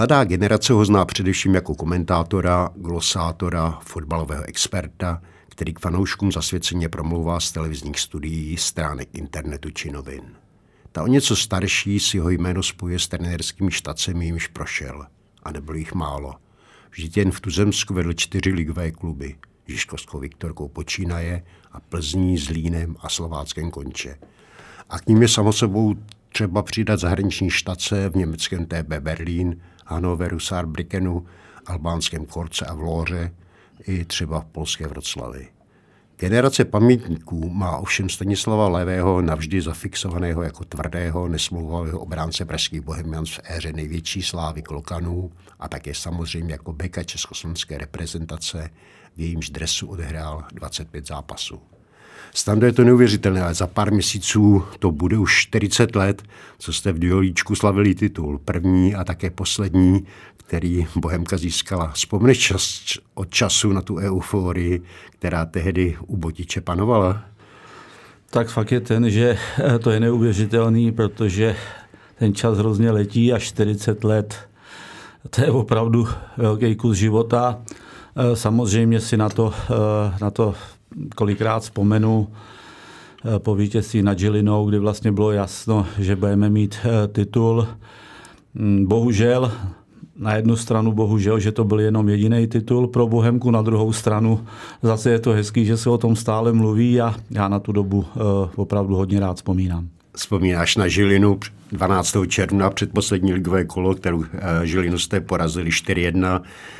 Mladá generace ho zná především jako komentátora, glosátora, fotbalového experta, který k fanouškům zasvěceně promlouvá z televizních studií, stránek internetu či novin. Ta o něco starší si jeho jméno spojuje s trenérskými štacemi, jimž prošel. A nebylo jich málo. Vždyť jen v Tuzemsku vedl 4 ligové kluby. Žižkovskou Viktorkou počínaje a Plzní, Zlínem a Slováckem konče. A k ním je samozřejmě třeba přidat zahraniční štace v německém TB Berlín, Hannoveru, Saarbrückenu, albánském Korce a Vlóře i třeba v polské Vroclavi. Generace pamětníků má ovšem Stanislava Levého navždy zafixovaného jako tvrdého, nesmlouvavého obránce pražských Bohemians v éře největší slávy Klokanů a také samozřejmě jako beka československé reprezentace, v jejímž dresu odehrál 25 zápasů. Stando, je to neuvěřitelné, ale za pár měsíců to bude už 40 let, co jste v Dělíčku slavili titul. První a také poslední, který Bohemka získala. Vzpomeneš od času na tu euforii, která tehdy u Botiče panovala? Tak fakt je ten, že to je neuvěřitelný, protože ten čas hrozně letí a 40 let. To je opravdu velký kus života. Samozřejmě si na to kolikrát vzpomenu po vítězství nad Žilinou, kdy vlastně bylo jasno, že budeme mít titul. Bohužel, na jednu stranu bohužel, že to byl jenom jediný titul pro Bohemku, na druhou stranu zase je to hezký, že se o tom stále mluví a já na tu dobu opravdu hodně rád vzpomínám. Vzpomínáš na Žilinu 12. června, předposlední ligové kolo, kterou Žilinu jste porazili 4-1.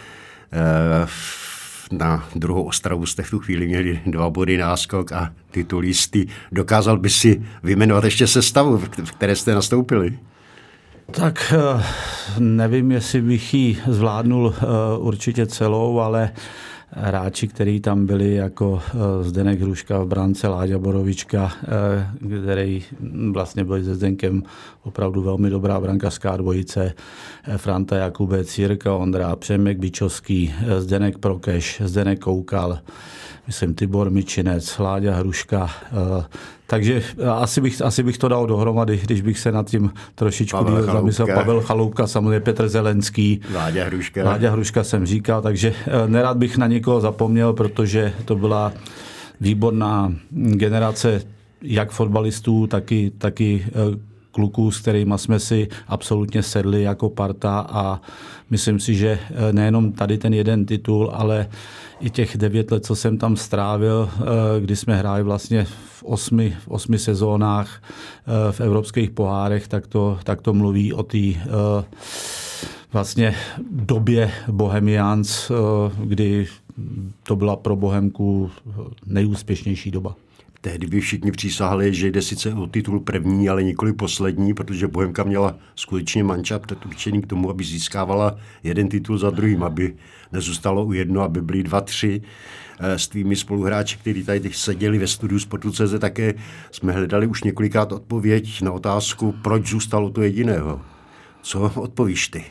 Na druhou Ostravu jste v tu chvíli měli 2 body náskok a titul jistý. Dokázal by si vyjmenovat ještě sestavu, v které jste nastoupili? Tak nevím, jestli bych ji zvládnul určitě celou, ale hráči, kteří tam byli, jako Zdeněk Hruška v brance, Láďa Borovička, který vlastně byl se Zdenkem opravdu velmi dobrá brankářská dvojice, Franta Jakubec, Jirka Ondra, Přemek Bičovský, Zdeněk Prokeš, Zdeněk Koukal, myslím Tibor Mičinec, Láďa Hruška. Takže asi bych to dal dohromady, když bych se nad tím trošičku zamyslel. Pavel Chaloupka, samozřejmě Petr Zelenský. Láďa Hruška jsem říkal, takže nerad bych na někoho zapomněl, protože to byla výborná generace jak fotbalistů, taky kluků, s kterými jsme si absolutně sedli jako parta a myslím si, že nejenom tady ten jeden titul, ale i těch 9 let, co jsem tam strávil, kdy jsme hráli vlastně v 8 sezónách v evropských pohárech, tak to mluví o té vlastně době Bohemians, kdy to byla pro Bohemku nejúspěšnější doba. Tehdy by všichni přísahali, že jde sice o titul první, ale nikoli poslední, protože Bohemka měla skutečně mančat předurčený k tomu, aby získávala jeden titul za druhým, aby nezůstalo u jedno, aby byly 2, 3. S tvými spoluhráči, kteří tady seděli ve studiu Sportu.cz, také jsme hledali už několikrát odpověď na otázku, proč zůstalo to jediného. Co odpovíš ty?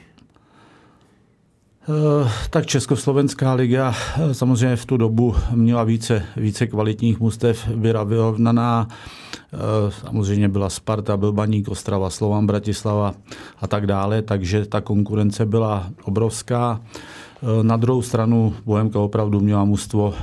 Tak Československá liga samozřejmě v tu dobu měla více kvalitních mužstev, byla vyrovnaná. Samozřejmě byla Sparta, byl Baník, Ostrava, Slovan, Bratislava a tak dále, takže ta konkurence byla obrovská. Na druhou stranu Bohemka opravdu měla mužstvo,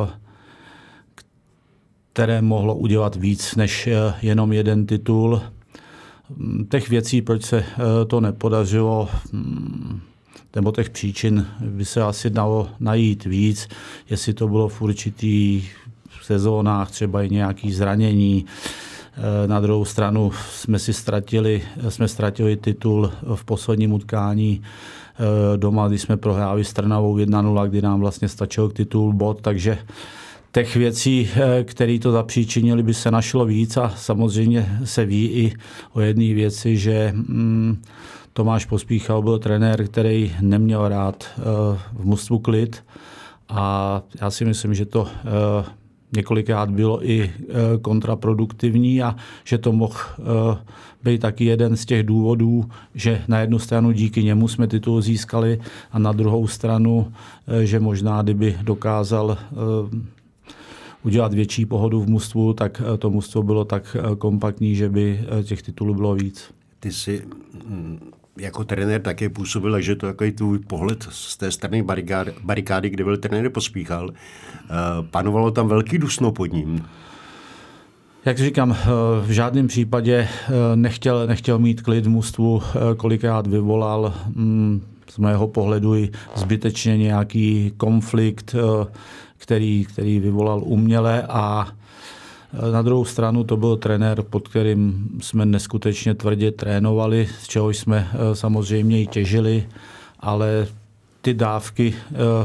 které mohlo udělat víc než jenom jeden titul. Těch věcí, proč se to nepodařilo, nebo těch příčin by se asi dalo najít víc, jestli to bylo v určitých sezónách, třeba i nějaké zranění. Na druhou stranu jsme ztratili titul v posledním utkání doma, když jsme prohráli s Trnavou 1-0, kdy nám vlastně stačil titul bod, takže těch věcí, které to zapříčinili, by se našlo víc a samozřejmě se ví i o jedné věci, že Tomáš Pospíchal byl trenér, který neměl rád v mužstvu klid a já si myslím, že to několikrát bylo i kontraproduktivní a že to mohl být taky jeden z těch důvodů, že na jednu stranu díky němu jsme titul získali a na druhou stranu, že možná kdyby dokázal udělat větší pohodu v mužstvu, tak to mužstvo bylo tak kompaktní, že by těch titulů bylo víc. Ty jsi jako trenér také působil, takže to takový tvůj pohled z té strany barikády, kde byl trenér Pospíchal. Panovalo tam velký dusno pod ním. Jak říkám, v žádném případě nechtěl mít klid v mužstvu, kolikrát vyvolal z mého pohledu i zbytečně nějaký konflikt, který vyvolal uměle, a na druhou stranu to byl trenér, pod kterým jsme neskutečně tvrdě trénovali, z čeho jsme samozřejmě i těžili, ale ty dávky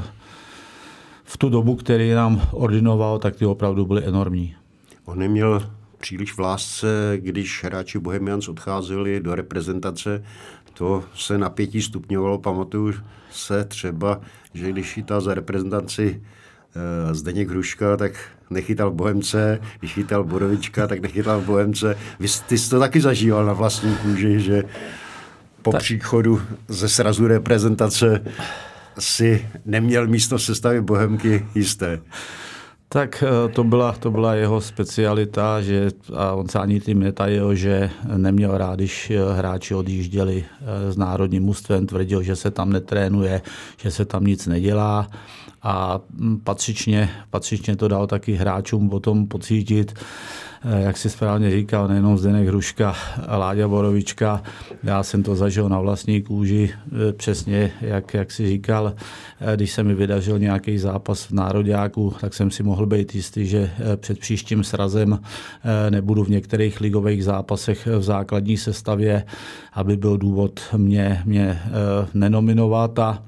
v tu dobu, který nám ordinoval, tak ty opravdu byly enormní. On neměl příliš v lásce, když hráči Bohemians odcházeli do reprezentace, to se napětí stupňovalo. Pamatuju se třeba, že když chytal za reprezentaci Zdeněk Hruška, tak nechytal v Bohemce, když chytal Borovička, tak nechytal v Bohemce. Ty jsi to taky zažíval na vlastní kůži, že po příchodu ze srazu reprezentace si neměl místo v sestavě Bohemky jisté. Tak to byla jeho specialita, a on se ani tím netajil, že neměl rád, když hráči odjížděli s národním mužstvem, tvrdil, že se tam netrénuje, že se tam nic nedělá, a patřičně to dal taky hráčům potom pocítit, jak si správně říkal, nejenom Zdeněk Hruška, Láďa Borovička. Já jsem to zažil na vlastní kůži, přesně jak si říkal, když se mi vydařil nějaký zápas v nároďáku, tak jsem si mohl být jistý, že před příštím srazem nebudu v některých ligových zápasech v základní sestavě, aby byl důvod mě nenominovat. A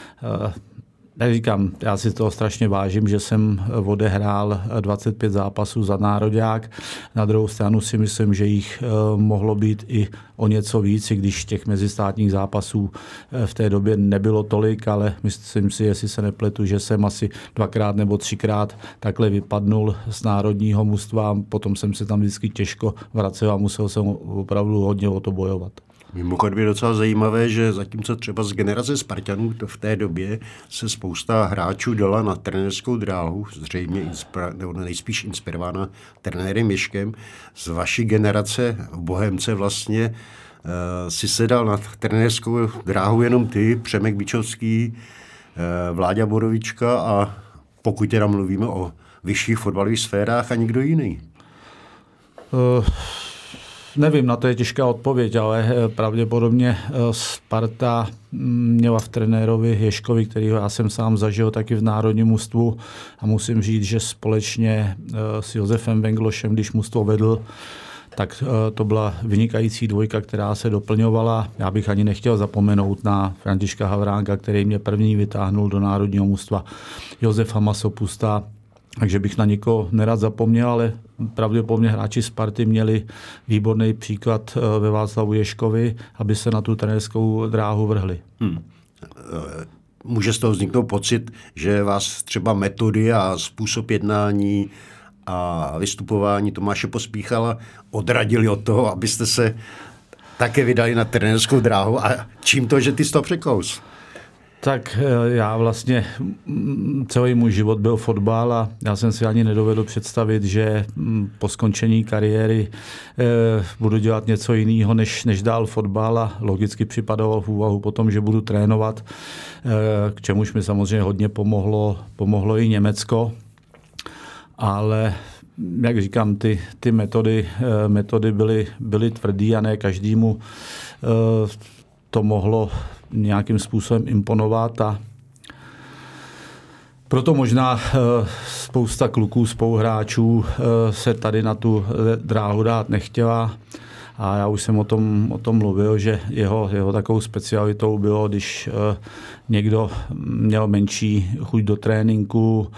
jak říkám, já si toho strašně vážím, že jsem odehrál 25 zápasů za nároďák. Na druhou stranu si myslím, že jich mohlo být i o něco víc, i když těch mezistátních zápasů v té době nebylo tolik, ale myslím si, jestli se nepletu, že jsem asi 2x nebo 3x takhle vypadnul z národního mužstva. Potom jsem se tam vždycky těžko vracel a musel jsem opravdu hodně o to bojovat. Mimochodem je docela zajímavé, že zatímco třeba z generace Spartanů to v té době se spousta hráčů dala na trenérskou dráhu, zřejmě nebo nejspíš inspirována trenérem Miškem, z vaší generace v Bohemce vlastně si se dal na trenérskou dráhu jenom ty, Přemek Bičovský, Vláďa Borovička, a pokud teda mluvíme o vyšších fotbalových sférách, a nikdo jiný. Nevím, na to je těžká odpověď, ale pravděpodobně Sparta měla v trenérovi Ježkovi, kterýho já jsem sám zažil taky v národním mužstvu, a musím říct, že společně s Josefem Venglošem, když mužstvo vedl, tak to byla vynikající dvojka, která se doplňovala. Já bych ani nechtěl zapomenout na Františka Havránka, který mě první vytáhnul do národního mužstva, Josefa Masopusta, takže bych na někoho nerad zapomněl, ale pravděpodobně hráči Sparty měli výborný příklad ve Václavu Ježkovi, aby se na tu trenérskou dráhu vrhli. Může z toho vzniknout pocit, že vás třeba metody a způsob jednání a vystupování Tomáše Pospíchala odradili od toho, abyste se také vydali na trenérskou dráhu, a čím to, že ty jsi to překous? Tak já vlastně celý můj život byl fotbal a já jsem si ani nedovedl představit, že po skončení kariéry budu dělat něco jiného, než dál fotbal, a logicky připadalo v úvahu potom, že budu trénovat, k čemuž mi samozřejmě hodně pomohlo i Německo, ale jak říkám, ty metody byly tvrdý a ne každému to mohlo nějakým způsobem imponovat, a proto možná spousta kluků, spoluhráčů se tady na tu dráhu dát nechtěla, a já už jsem o tom mluvil, že jeho takovou specialitou bylo, když někdo měl menší chuť do tréninku,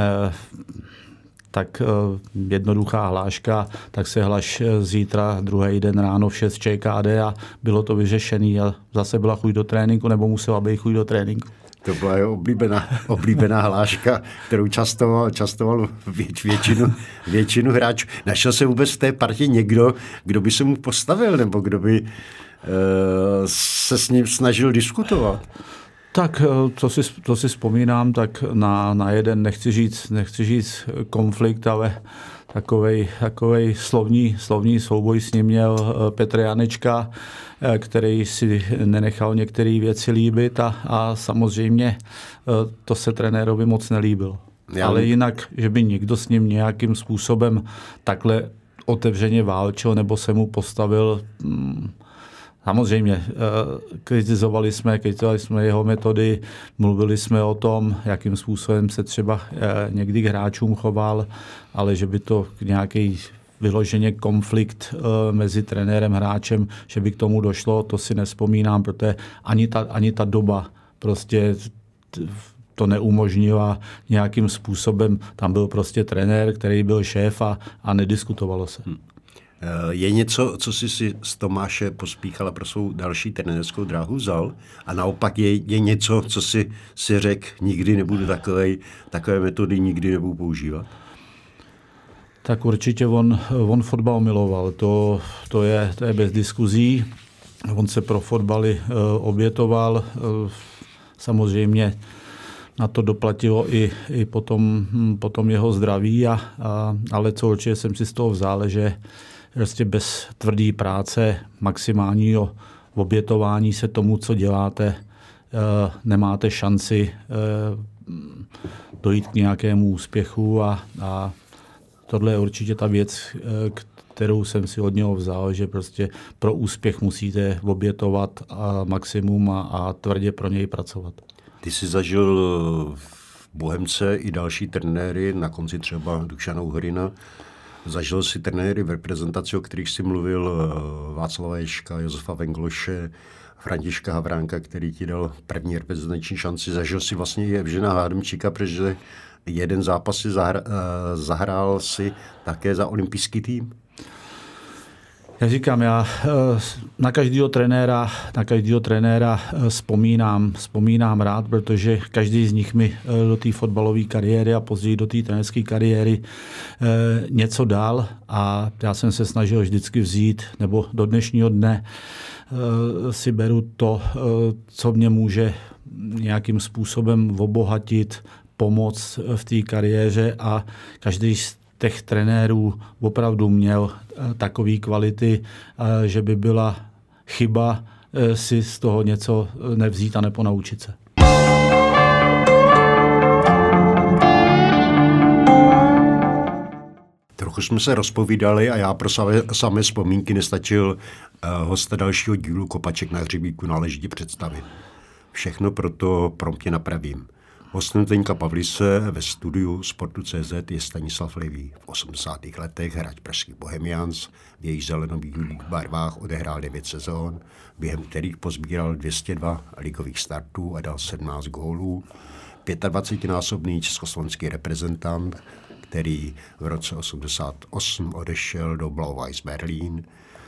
tak jednoduchá hláška, tak se hlaš zítra, druhý den ráno v 6 ČKD, a bylo to vyřešený, a zase byla chuť do tréninku, nebo musela být chuť do tréninku. To byla jeho oblíbená hláška, kterou častoval většinu hráčů. Našel se vůbec v té partě někdo, kdo by se mu postavil, nebo kdo by se s ním snažil diskutovat? Tak, co si vzpomínám, tak na jeden, nechci říct konflikt, ale takovej slovní souboj s ním měl Petr Janečka, který si nenechal některé věci líbit a samozřejmě to se trenérovi moc nelíbilo. Ale jinak, že by někdo s ním nějakým způsobem takhle otevřeně válčil nebo se mu postavil, samozřejmě, kritizovali jsme jeho metody, mluvili jsme o tom, jakým způsobem se třeba někdy k hráčům choval, ale že by to nějaký vyloženě konflikt mezi trenérem a hráčem, že by k tomu došlo, to si nevzpomínám, protože ani ta doba prostě to neumožnila nějakým způsobem. Tam byl prostě trenér, který byl šéf a nediskutovalo se. Je něco, co jsi si z Tomáše Pospíchala pro svou další trenérskou dráhu vzal? A naopak je něco, co si řekl, nikdy nebudu takové metody nikdy nebudu používat? Tak určitě on fotbal miloval. To je bez diskuzí. On se pro fotbaly obětoval. Samozřejmě na to doplatilo i potom jeho zdraví, ale co určitě jsem si z toho vzal, že prostě bez tvrdé práce, maximálního obětování se tomu, co děláte, nemáte šanci dojít k nějakému úspěchu a tohle je určitě ta věc, kterou jsem si od něho vzal, že prostě pro úspěch musíte obětovat maximum a tvrdě pro něj pracovat. Ty jsi zažil v Bohemce i další trenéry, na konci třeba Dušana Uhrina. Zažil si trenéry v reprezentaci, o kterých jsi mluvil, Václava Ježka, Josefa Vengloše, Františka Havránka, který ti dal první reprezentační šanci. Zažil si vlastně i Evžena Hádemčíka, protože jeden zápas si zahrál si také za olympijský tým. Já říkám, já na každého trenéra vzpomínám rád, protože každý z nich mi do té fotbalové kariéry a později do té trenérské kariéry něco dal a já jsem se snažil vždycky vzít, nebo do dnešního dne si beru to, co mě může nějakým způsobem obohatit, pomoct v té kariéře a každý z těch trenérů opravdu měl takové kvality, že by byla chyba si z toho něco nevzít a neponaučit se. Trochu jsme se rozpovídali a já pro samé vzpomínky nestačil hosta dalšího dílu Kopaček na hřebíku náležitě představit. Všechno proto promptně napravím. Hostem Zdeňka Pavlise ve studiu Sportu.cz je Stanislav Levý. V 80. letech hráč pražských Bohemians, v jejich zeleno-bílých barvách odehrál 9 sezón, během kterých pozbíral 202 ligových startů a dal 17 gólů. 25násobný československý reprezentant, který v roce 88 odešel do Blau-Weiß Berlin,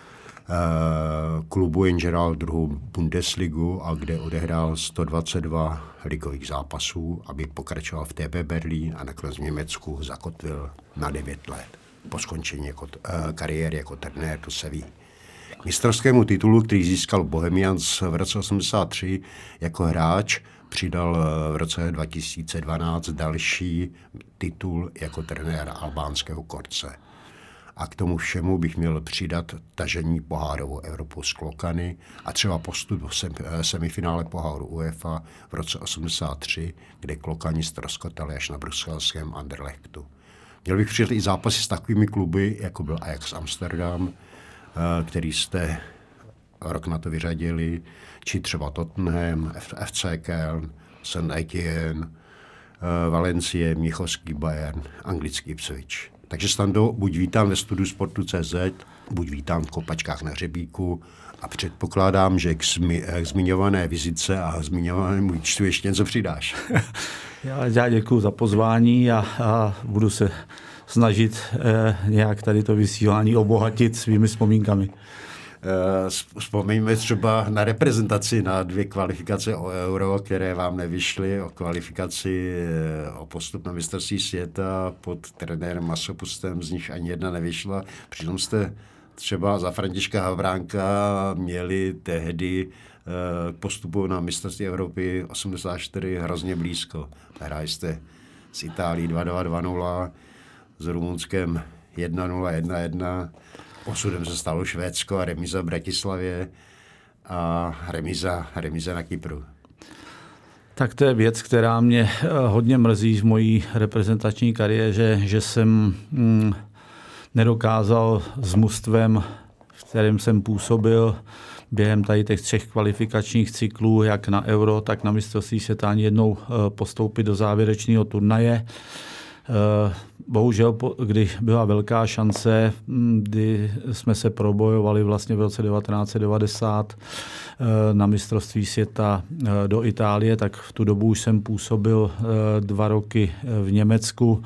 klubu jenž hrál druhou Bundesligu a kde odehrál 122 ligových zápasů, aby pokračoval v TB Berlín a nakonec v Německu zakotvil na 9 let. Po skončení kariéry jako trenér, to se ví. K mistrovskému titulu, který získal Bohemians v roce 83 jako hráč, přidal v roce 2012 další titul jako trenér albánského Korce. A k tomu všemu bych měl přidat tažení pohárovou Evropu z Klokany a třeba postup v semifinále poháru UEFA v roce 83, kde Klokani ztroskotali až na bruselském Anderlechtu. Měl bych přidat i zápasy s takovými kluby, jako byl Ajax Amsterdam, který jste rok na to vyřadili, či třeba Tottenham, FC Köln, St. Etienne, Valencie, Mnichovský Bayern, anglický Ipswich. Takže Stando, buď vítám ve studiu Sportu.cz, buď vítám v Kopačkách na hřebíku a předpokládám, že k zmiňované vizitce a zmiňovanému účtu ještě něco přidáš. Já děkuji za pozvání a budu se snažit nějak tady to vysílání obohatit svými vzpomínkami. Vzpomeňme třeba na reprezentaci, na 2 kvalifikace o Euro, které vám nevyšly, o kvalifikaci o postup na mistrovství světa pod trenérem Masopustem, z nich ani jedna nevyšla. Přitom jste třeba za Františka Havránka měli tehdy postupu na mistrovství Evropy 84 hrozně blízko. Hráli jste s Itálií 2-2, 2-0, s Rumunskem 1-0, 1-1. Osudem se stalo Švédsko a remíza v Bratislavě a remíza na Kypru. Tak to je věc, která mě hodně mrzí v mojí reprezentační kariéře, že jsem nedokázal s mužstvem, v kterém jsem působil během tady těch 3 kvalifikačních cyklů, jak na Euro, tak na mistrovství světa ani jednou postoupit do závěrečného turnaje. Bohužel, když byla velká šance, kdy jsme se probojovali vlastně v roce 1990 na mistrovství světa do Itálie, tak v tu dobu už jsem působil 2 roky v Německu.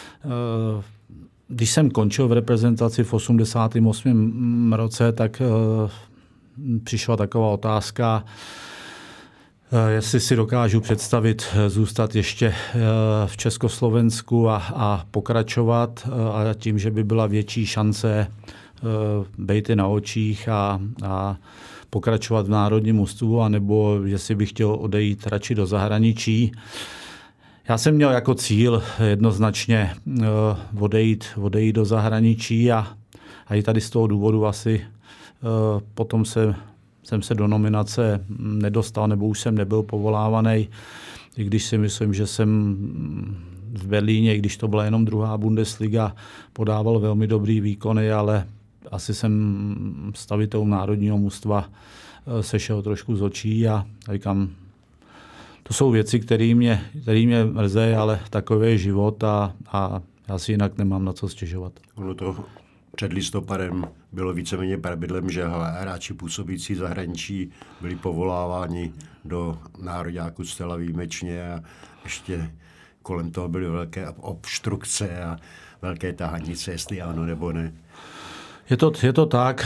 Když jsem končil v reprezentaci v 88. roce, tak přišla taková otázka, jestli si dokážu představit zůstat ještě v Československu a pokračovat, a tím, že by byla větší šance být na očích a pokračovat v národním mužstvu, anebo jestli bych chtěl odejít radši do zahraničí. Já jsem měl jako cíl jednoznačně odejít do zahraničí a i tady z toho důvodu asi potom jsem se do nominace nedostal, nebo už jsem nebyl povolávaný, i když si myslím, že jsem v Berlíně, i když to byla jenom 2. Bundesliga, podával velmi dobrý výkony, ale asi jsem stavitelům národního mužstva sešel trošku z očí a říkám, to jsou věci, které mě mrzejí, ale takový je život a já si jinak nemám na co stěžovat. Ono to před listopadem bylo víceméně pravidlem, že hráči působící v zahraničí byli povoláváni do nároďáku zcela výjimečně a ještě kolem toho byly velké obstrukce a velké tahanice, jestli ano nebo ne. Je to tak.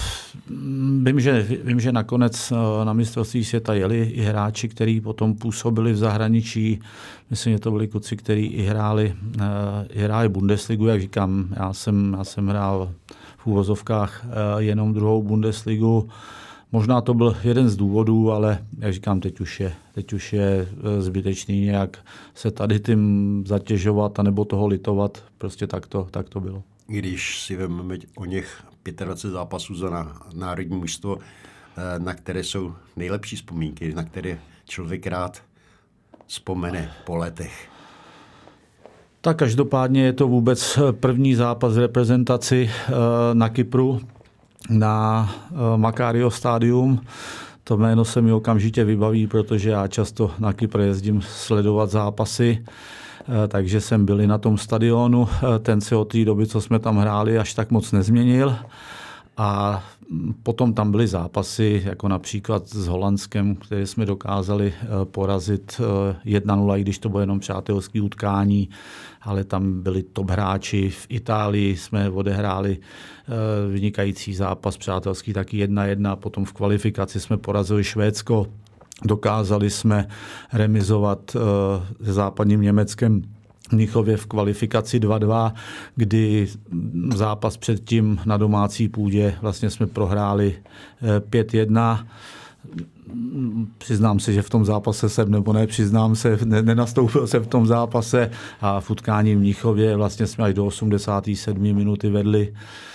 Vím, že nakonec na mistrovství světa jeli i hráči, kteří potom působili v zahraničí. Myslím, že to byli kluci, kteří i hráli Bundesligu. Jak říkám, já jsem hrál v úvozovkách jenom 2. Bundesligu. Možná to byl jeden z důvodů, ale jak říkám, teď už je zbytečný nějak se tady tím zatěžovat anebo toho litovat. Prostě tak to bylo. Když si vezmeme o něch 25 zápasů za národní mužstvo, na které jsou nejlepší vzpomínky, na které člověk rád vzpomene po letech. Tak každopádně je to vůbec první zápas reprezentaci na Kypru, na Makarios Stadium. To jméno se mi okamžitě vybaví, protože já často na Kypr jezdím sledovat zápasy. Takže jsem byl na tom stadionu. Ten se od té doby, co jsme tam hráli, až tak moc nezměnil. A potom tam byly zápasy, jako například s Holandskem, které jsme dokázali porazit 1-0, i když to bylo jenom přátelské utkání, ale tam byli top hráči. V Itálii jsme odehráli vynikající zápas přátelský, taky 1-1. Potom v kvalifikaci jsme porazili Švédsko. Dokázali jsme remizovat se západním Německem v Mnichově v kvalifikaci 2-2, kdy zápas předtím na domácí půdě vlastně jsme prohráli 5-1. Přiznám se, že v tom zápase jsem, nebo nenastoupil jsem v tom zápase a v utkání v Mnichově vlastně jsme až do 87. minuty vedli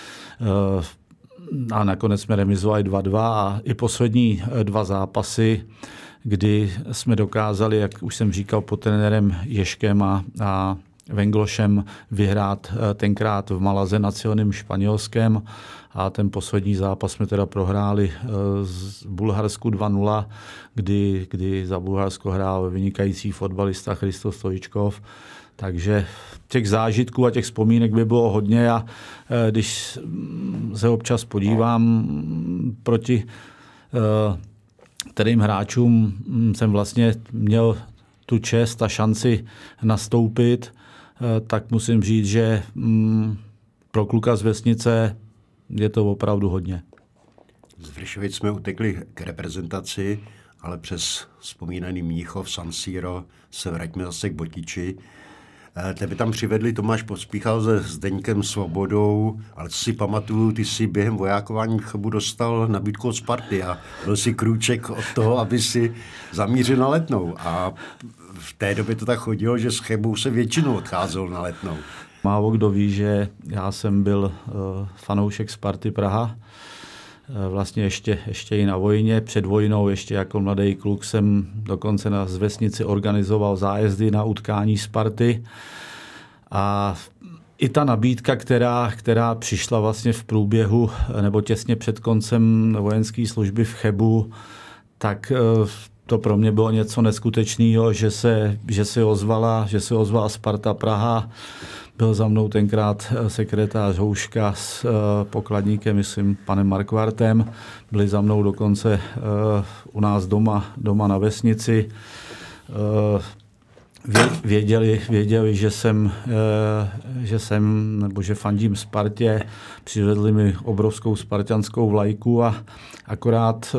a nakonec jsme remizovali 2-2 a i poslední 2 zápasy, kdy jsme dokázali, jak už jsem říkal, pod trenérem Ježkem a Venglošem vyhrát tenkrát v Malaze nad silným Španělskem a ten poslední zápas jsme teda prohráli z Bulharsku 2-0, kdy za Bulharsko hrál vynikající fotbalista Christos Stoičkov. Takže těch zážitků a těch vzpomínek by bylo hodně a když se občas podívám proti kterým hráčům jsem vlastně měl tu čest a šanci nastoupit, tak musím říct, že pro kluka z vesnice je to opravdu hodně. Z Vršovic jsme utekli k reprezentaci, ale přes vzpomínaný Mnichov, San Siro se vraťme zase k Botiči. Tebe tam přivedli Tomáš Pospíchal se Zdeňkem Svobodou, ale co si pamatuju, ty si během vojákování v Chebu dostal nabídku od Sparty a byl si krůček od toho, aby si zamířil na Letnou. A v té době to tak chodilo, že s Chebou se většinou odcházel na Letnou. Málo kdo ví, že já jsem byl fanoušek Sparty Praha. Vlastně ještě i na vojně. Před vojnou ještě jako mladý kluk jsem dokonce na vesnici organizoval zájezdy na utkání Sparty. A i ta nabídka, která přišla vlastně v průběhu nebo těsně před koncem vojenské služby v Chebu, tak to pro mě bylo něco neskutečného, že se ozvala Sparta Praha. Byl za mnou tenkrát sekretář Houška s pokladníkem, myslím, panem Markvartem. Byli za mnou dokonce u nás doma na vesnici. Věděli, že fandím Spartě. Přivedli mi obrovskou spartanskou vlajku a akorát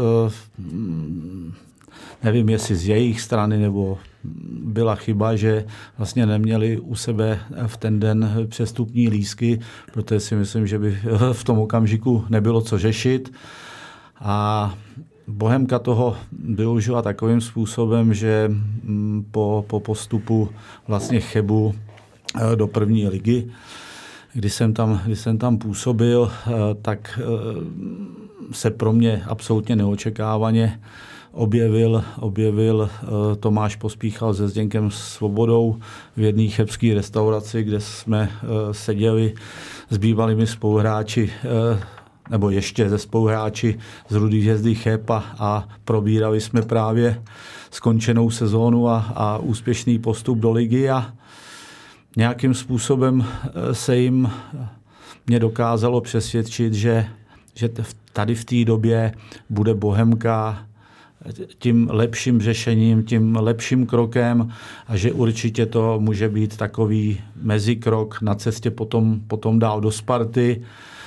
nevím, jestli z jejich strany nebo byla chyba, že vlastně neměli u sebe v ten den přestupní lístky, protože si myslím, že by v tom okamžiku nebylo co řešit. A Bohemka toho využila takovým způsobem, že po postupu vlastně Chebu do první ligy, když jsem tam působil, tak se pro mě absolutně neočekávaně objevil Tomáš Pospíchal se Zdeňkem Svobodou v jedné chebské restauraci, kde jsme seděli s bývalými spoluhráči nebo ještě ze spoluhráči z Rudý Hvězdy Cheb a probírali jsme právě skončenou sezónu a úspěšný postup do ligy a nějakým způsobem se jim mě dokázalo přesvědčit, že tady v té době bude Bohemka tím lepším řešením, tím lepším krokem a že určitě to může být takový mezikrok na cestě potom dál do Sparty.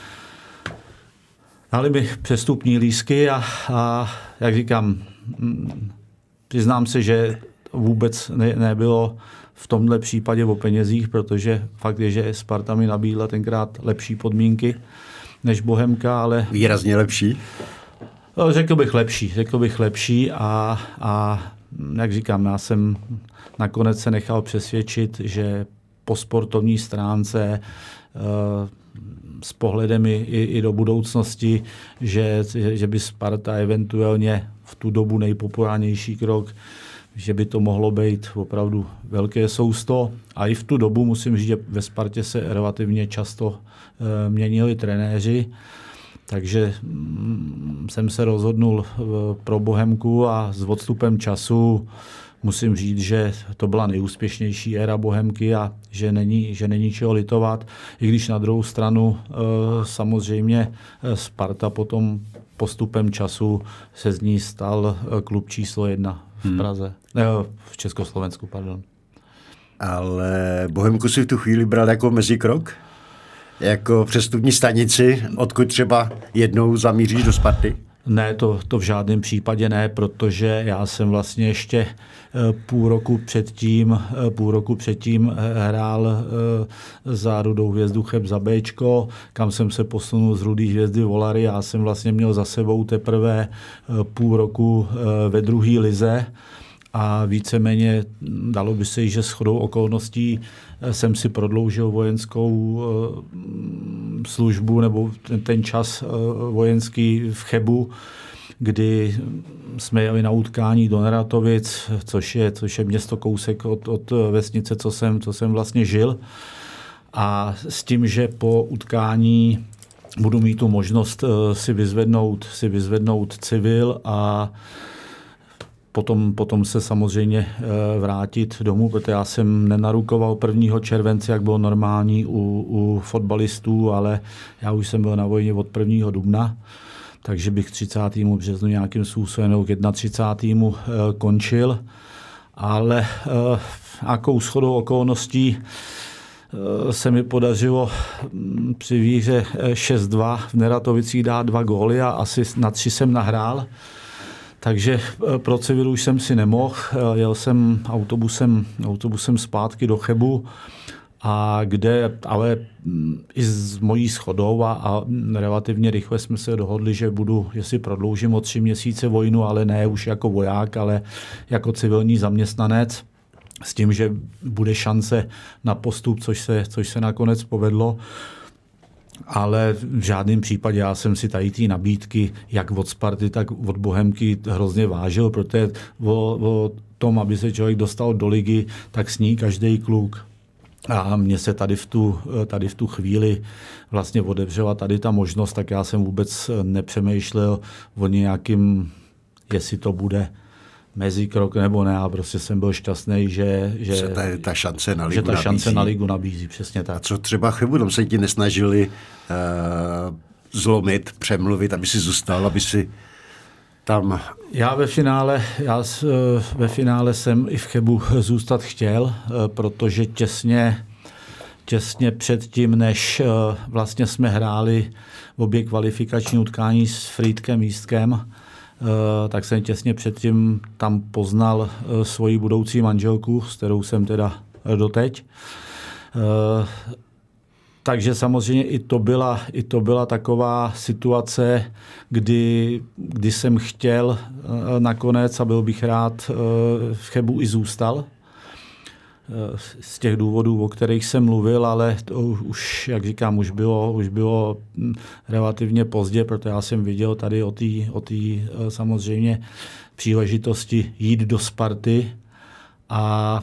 Dali mi přestupní lístky a jak říkám, přiznám se, že vůbec nebylo v tomhle případě o penězích, protože fakt je, že Sparta mi nabídla tenkrát lepší podmínky než Bohemka, ale... Výrazně lepší? Řekl bych lepší a jak říkám, já jsem nakonec se nechal přesvědčit, že po sportovní stránce s pohledem i do budoucnosti, že by Sparta eventuálně v tu dobu nejpopulárnější krok, že by to mohlo být opravdu velké sousto. A i v tu dobu musím říct, že ve Spartě se relativně často měnili trenéři, takže jsem se rozhodnul pro Bohemku a s odstupem času musím říct, že to byla nejúspěšnější éra Bohemky a že není čeho litovat. I když na druhou stranu samozřejmě Sparta potom postupem času se z ní stal klub číslo 1 v Praze. V Československu, pardon. Ale Bohemku si v tu chvíli bral jako mezikrok? Jako přestupní stanici, odkud třeba jednou zamíříš do Sparty? Ne, to v žádném případě ne, protože já jsem vlastně ještě půl roku předtím hrál za Rudou Hvězdu Cheb za Béčko, kam jsem se posunul z Rudý Hvězdy Volary. Já jsem vlastně měl za sebou teprve půl roku ve druhé lize a víceméně dalo by se, že shodou okolností jsem si prodloužil vojenskou službu nebo ten čas vojenský v Chebu, kdy jsme jeli na utkání do Neratovic, což je město kousek od vesnice, co jsem vlastně žil. A s tím, že po utkání budu mít tu možnost si vyzvednout civil a potom se samozřejmě vrátit domů, protože já jsem nenarukoval 1. července, jak bylo normální u fotbalistů, ale já už jsem byl na vojně od 1. dubna, takže bych 30. březnu nějakým způsobem k 31. končil. Ale nějakou shodou okolností se mi podařilo při výhře 6-2 v Neratovicích dát 2 góly a asi na 3 jsem nahrál. Takže pro civil už jsem si nemohl. Jel jsem autobusem zpátky do Chebu, a kde ale i s mojí shodou a relativně rychle jsme se dohodli, že si prodloužím o 3 měsíce vojnu, ale ne už jako voják, ale jako civilní zaměstnanec, s tím, že bude šance na postup, což se nakonec povedlo. Ale v žádném případě já jsem si tady ty nabídky, jak od Sparty, tak od Bohemky hrozně vážil, protože o tom, aby se člověk dostal do ligy, tak sní každý kluk. A mně se tady v tu chvíli vlastně otevřela tady ta možnost, tak já jsem vůbec nepřemýšlel o nějakým, jestli to bude mezikrok nebo ne, a prostě jsem byl šťastný, že ta šance na ligu nabízí, přesně tak. A co třeba Chebu, tam se ti nesnažili zlomit, přemluvit, aby si zůstal, aby si tam... Já ve finále jsem i v Chebu zůstat chtěl, protože těsně předtím, než vlastně jsme hráli obě kvalifikační utkání s Frýdkem Jístkem, tak jsem těsně předtím tam poznal svoji budoucí manželku, s kterou jsem teda doteď. Takže samozřejmě i to byla taková situace, kdy jsem chtěl nakonec a byl bych rád v Chebu i zůstal. Z těch důvodů, o kterých jsem mluvil, ale to už, jak říkám, už bylo relativně pozdě, protože já jsem viděl tady o té samozřejmě příležitosti jít do Sparty a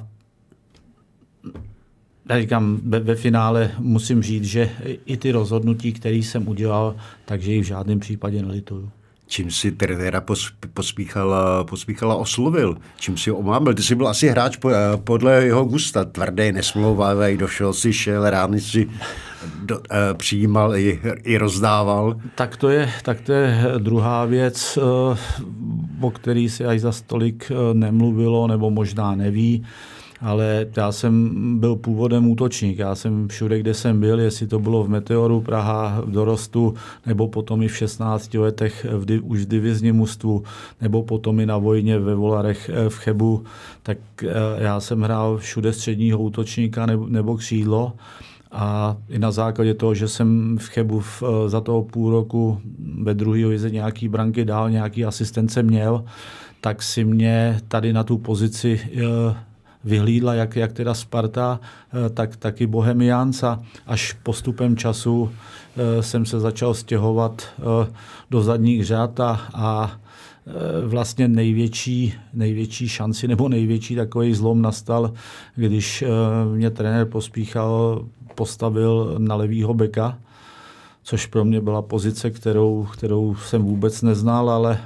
já říkám, ve finále musím říct, že i ty rozhodnutí, které jsem udělal, takže ji v žádném případě nelituju. Čím si trenéra Pospíchala oslovil? Čím si ho omámil? Ty jsi byl asi hráč podle jeho gusta. Tvrdý, nesmlouvavý, do všeho si šel, rány si přijímal i rozdával. Tak to je druhá věc, o který se až za stolik nemluvilo, nebo možná neví. Ale já jsem byl původem útočník. Já jsem všude, kde jsem byl, jestli to bylo v Meteoru Praha, v dorostu, nebo potom i v 16 letech už v divizním mužstvu, nebo potom i na vojně ve Volarech v Chebu, tak já jsem hrál všude středního útočníka nebo křídlo. A i na základě toho, že jsem v Chebu za toho půl roku ve druhé lize nějaký branky dal, nějaký asistence měl, tak si mě tady na tu pozici vyhlídla jak teda Sparta, tak i Bohemians, a až postupem času jsem se začal stěhovat do zadních řad a vlastně největší šanci nebo největší takový zlom nastal, když mě trenér Pospíchal postavil na levýho beka, což pro mě byla pozice, kterou jsem vůbec neznal, ale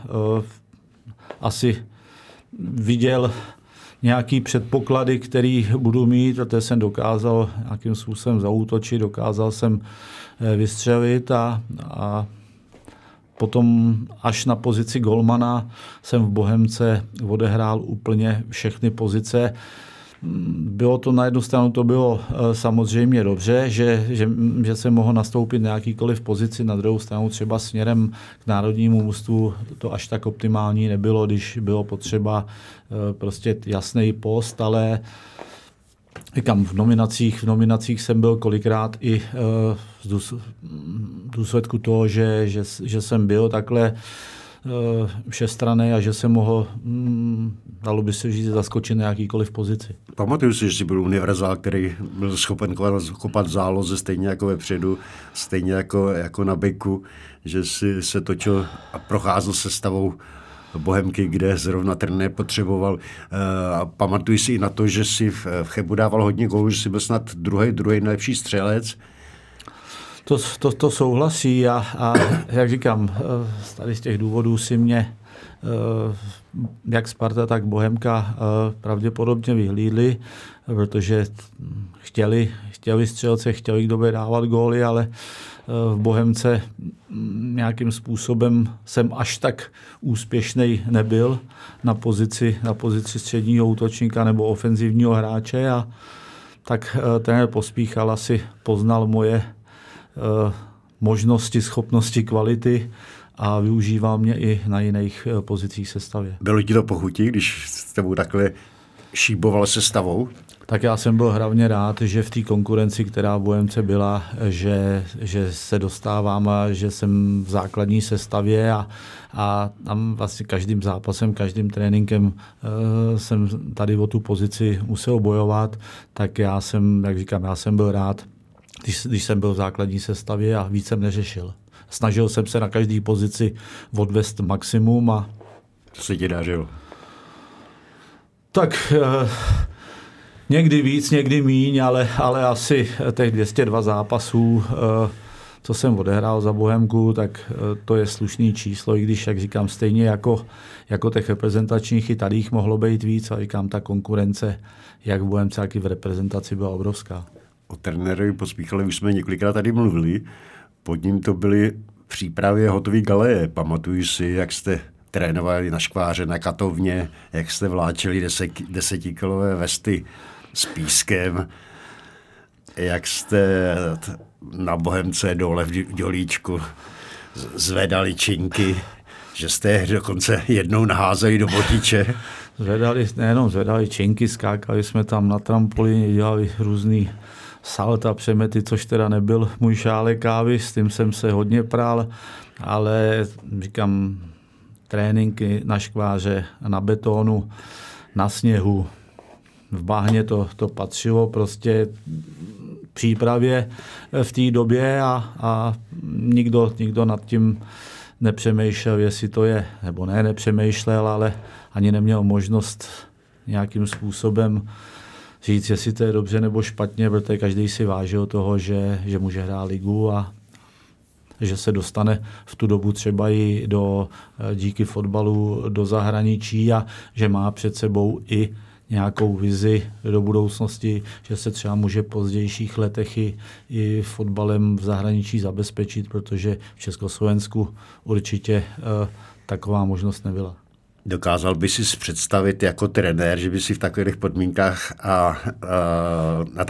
asi viděl nějaký předpoklady, který budu mít, protože jsem dokázal nějakým způsobem zaútočit, dokázal jsem vystřelit a potom až na pozici golmana jsem v Bohemce odehrál úplně všechny pozice. Bylo to na jednu stranu, to bylo samozřejmě dobře, že jsem mohl nastoupit na jakýkoliv pozici, na druhou stranu třeba směrem k národnímu mužstvu to až tak optimální nebylo, když bylo potřeba prostě jasný post, ale říkám, v nominacích jsem byl kolikrát i v důsledku toho, že jsem byl takhle všestranný a že jsem mohl, dalo by se říct, zaskočit na jakýkoliv pozici. Pamatuju si, že jsi byl univerzál, který byl schopen kopat v záloze stejně jako vepředu, stejně jako na beku, že si se točil a procházel se stavou Bohemky, kde zrovna trenér potřeboval. A pamatuju si i na to, že si v Chebu dával hodně gólů, že jsi byl snad druhý nejlepší střelec. To souhlasí a jak říkám, tady z těch důvodů si mě jak Sparta, tak Bohemka pravděpodobně vyhlídli, protože chtěli střelce, chtěli k době dávat góly, ale v Bohemce nějakým způsobem jsem až tak úspěšný nebyl na pozici středního útočníka nebo ofenzivního hráče, a tak trenér Pospíchal asi poznal moje možnosti, schopnosti, kvality a využíval mě i na jiných pozicích sestavě. Bylo ti to pochutí, když s tebou takhle šíboval sestavou? Tak já jsem byl hlavně rád, že v té konkurenci, která v Bohemce byla, že se dostávám a že jsem v základní sestavě a tam vlastně každým zápasem, každým tréninkem jsem tady o tu pozici musel bojovat, tak já jsem, jak říkám, já jsem byl rád, když jsem byl v základní sestavě a víc jsem neřešil. Snažil jsem se na každé pozici odvést maximum a... Co se ti dařilo? Tak... Někdy víc, někdy míň, ale asi těch 202 zápasů, co jsem odehrál za Bohemku, tak to je slušný číslo, i když, jak říkám, stejně jako těch reprezentačních i tady jich mohlo být víc, a říkám, ta konkurence, jak v Bohemce, tak i v reprezentaci byla obrovská. O trenérovi Pospíchalovi už jsme několikrát tady mluvili, pod ním to byly v přípravě hotové galeje. Pamatuju si, jak jste trénovali na Škváře, na Katovně, jak jste vláčeli 10kilové vesty s pískem, jak jste na Bohemce dole v Dělíčku zvedali činky, že jste dokonce jednou naházeli do botiče. Nejenom zvedali činky, skákali jsme tam na trampolíně, dělali různý salta, přemety, což teda nebyl můj šálek kávy, s tím jsem se hodně prál, ale říkám, tréninky na Škváře, na betonu, na sněhu, v bahně to patřilo prostě přípravě v té době a nikdo nad tím nepřemýšlel, jestli to je, nebo nepřemýšlel, ale ani neměl možnost nějakým způsobem říct, jestli to je dobře nebo špatně, protože každý si vážil toho, že může hrát ligu a že se dostane v tu dobu třeba i díky fotbalu do zahraničí a že má před sebou i nějakou vizi do budoucnosti, že se třeba může v pozdějších letech i fotbalem v zahraničí zabezpečit, protože v Československu určitě taková možnost nebyla. Dokázal by si představit jako trenér, že by si v takových podmínkách a na